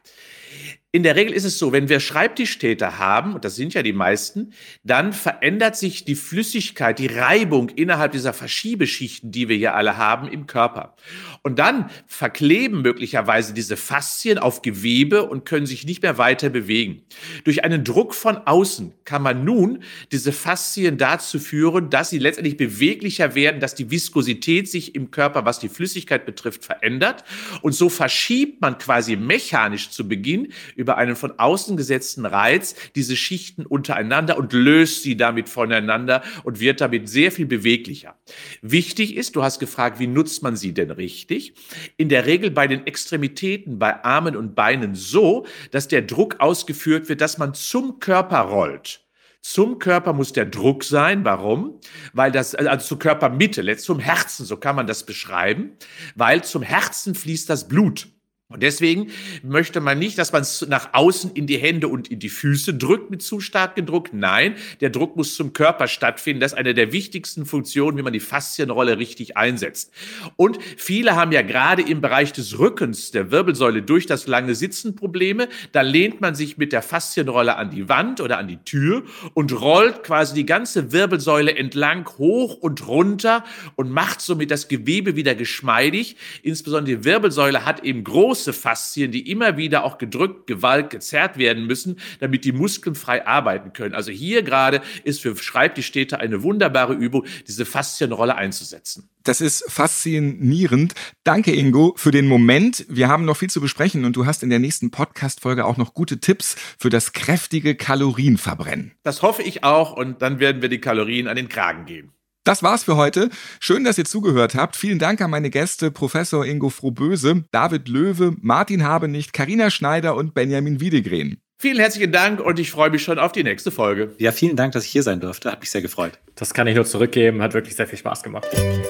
In der Regel ist es so, wenn wir Schreibtischtäter haben, und das sind ja die meisten, dann verändert sich die Flüssigkeit, die Reibung innerhalb dieser Verschiebeschichten, die wir hier alle haben, im Körper. Und dann verkleben möglicherweise diese Faszien auf Gewebe und können sich nicht mehr weiter bewegen. Durch einen Druck von außen kann man nun diese Faszien dazu führen, dass sie letztendlich beweglicher werden, dass die Viskosität sich im Körper, was die Flüssigkeit betrifft, verändert. Und so verschiebt man quasi mechanisch zu Beginn über einen von außen gesetzten Reiz diese Schichten untereinander und löst sie damit voneinander und wird damit sehr viel beweglicher. Wichtig ist, du hast gefragt, wie nutzt man sie denn richtig? In der Regel bei den Extremitäten, bei Armen und Beinen so, dass der Druck ausgeführt wird, dass man zum Körper rollt. Zum Körper muss der Druck sein. Warum? Weil das, also zur Körpermitte, zum Herzen, so kann man das beschreiben, weil zum Herzen fließt das Blut. Und deswegen möchte man nicht, dass man es nach außen in die Hände und in die Füße drückt mit zu starkem Druck. Nein, der Druck muss zum Körper stattfinden. Das ist eine der wichtigsten Funktionen, wie man die Faszienrolle richtig einsetzt. Und viele haben ja gerade im Bereich des Rückens, der Wirbelsäule, durch das lange Sitzen Probleme. Da lehnt man sich mit der Faszienrolle an die Wand oder an die Tür und rollt quasi die ganze Wirbelsäule entlang hoch und runter und macht somit das Gewebe wieder geschmeidig. Insbesondere die Wirbelsäule hat eben große Faszien, die immer wieder auch gedrückt, gewalkt, gezerrt werden müssen, damit die Muskeln frei arbeiten können. Also hier gerade ist für Schreibtischtäter eine wunderbare Übung, diese Faszienrolle einzusetzen. Das ist faszinierend. Danke, Ingo, für den Moment. Wir haben noch viel zu besprechen und du hast in der nächsten Podcast-Folge auch noch gute Tipps für das kräftige Kalorienverbrennen. Das hoffe ich auch und dann werden wir die Kalorien an den Kragen gehen. Das war's für heute. Schön, dass ihr zugehört habt. Vielen Dank an meine Gäste Professor Ingo Frohböse, David Löwe, Martin Habenicht, Carina Schneider und Benjamin Wiedegren. Vielen herzlichen Dank und ich freue mich schon auf die nächste Folge. Ja, vielen Dank, dass ich hier sein durfte. Hat mich sehr gefreut. Das kann ich nur zurückgeben. Hat wirklich sehr viel Spaß gemacht.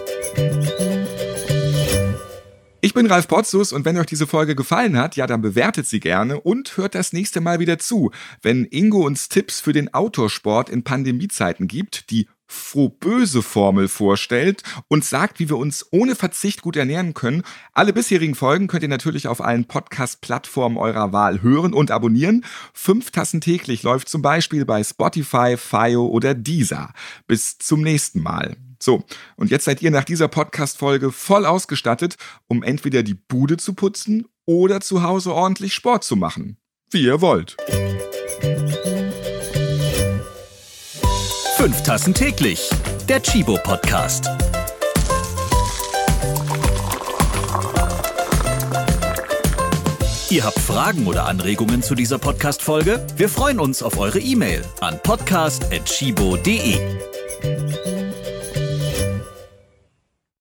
Ich bin Ralf Potzus und wenn euch diese Folge gefallen hat, ja, dann bewertet sie gerne und hört das nächste Mal wieder zu, wenn Ingo uns Tipps für den Outdoor-Sport in Pandemiezeiten gibt, die Frohböse-Formel vorstellt und sagt, wie wir uns ohne Verzicht gut ernähren können. Alle bisherigen Folgen könnt ihr natürlich auf allen Podcast-Plattformen eurer Wahl hören und abonnieren. Fünf Tassen täglich läuft zum Beispiel bei Spotify, Fio oder Deezer. Bis zum nächsten Mal. So, und jetzt seid ihr nach dieser Podcast-Folge voll ausgestattet, um entweder die Bude zu putzen oder zu Hause ordentlich Sport zu machen. Wie ihr wollt. Fünf Tassen täglich, der Chibo-Podcast. Ihr habt Fragen oder Anregungen zu dieser Podcast-Folge? Wir freuen uns auf eure E-Mail an podcast at chibo punkt de.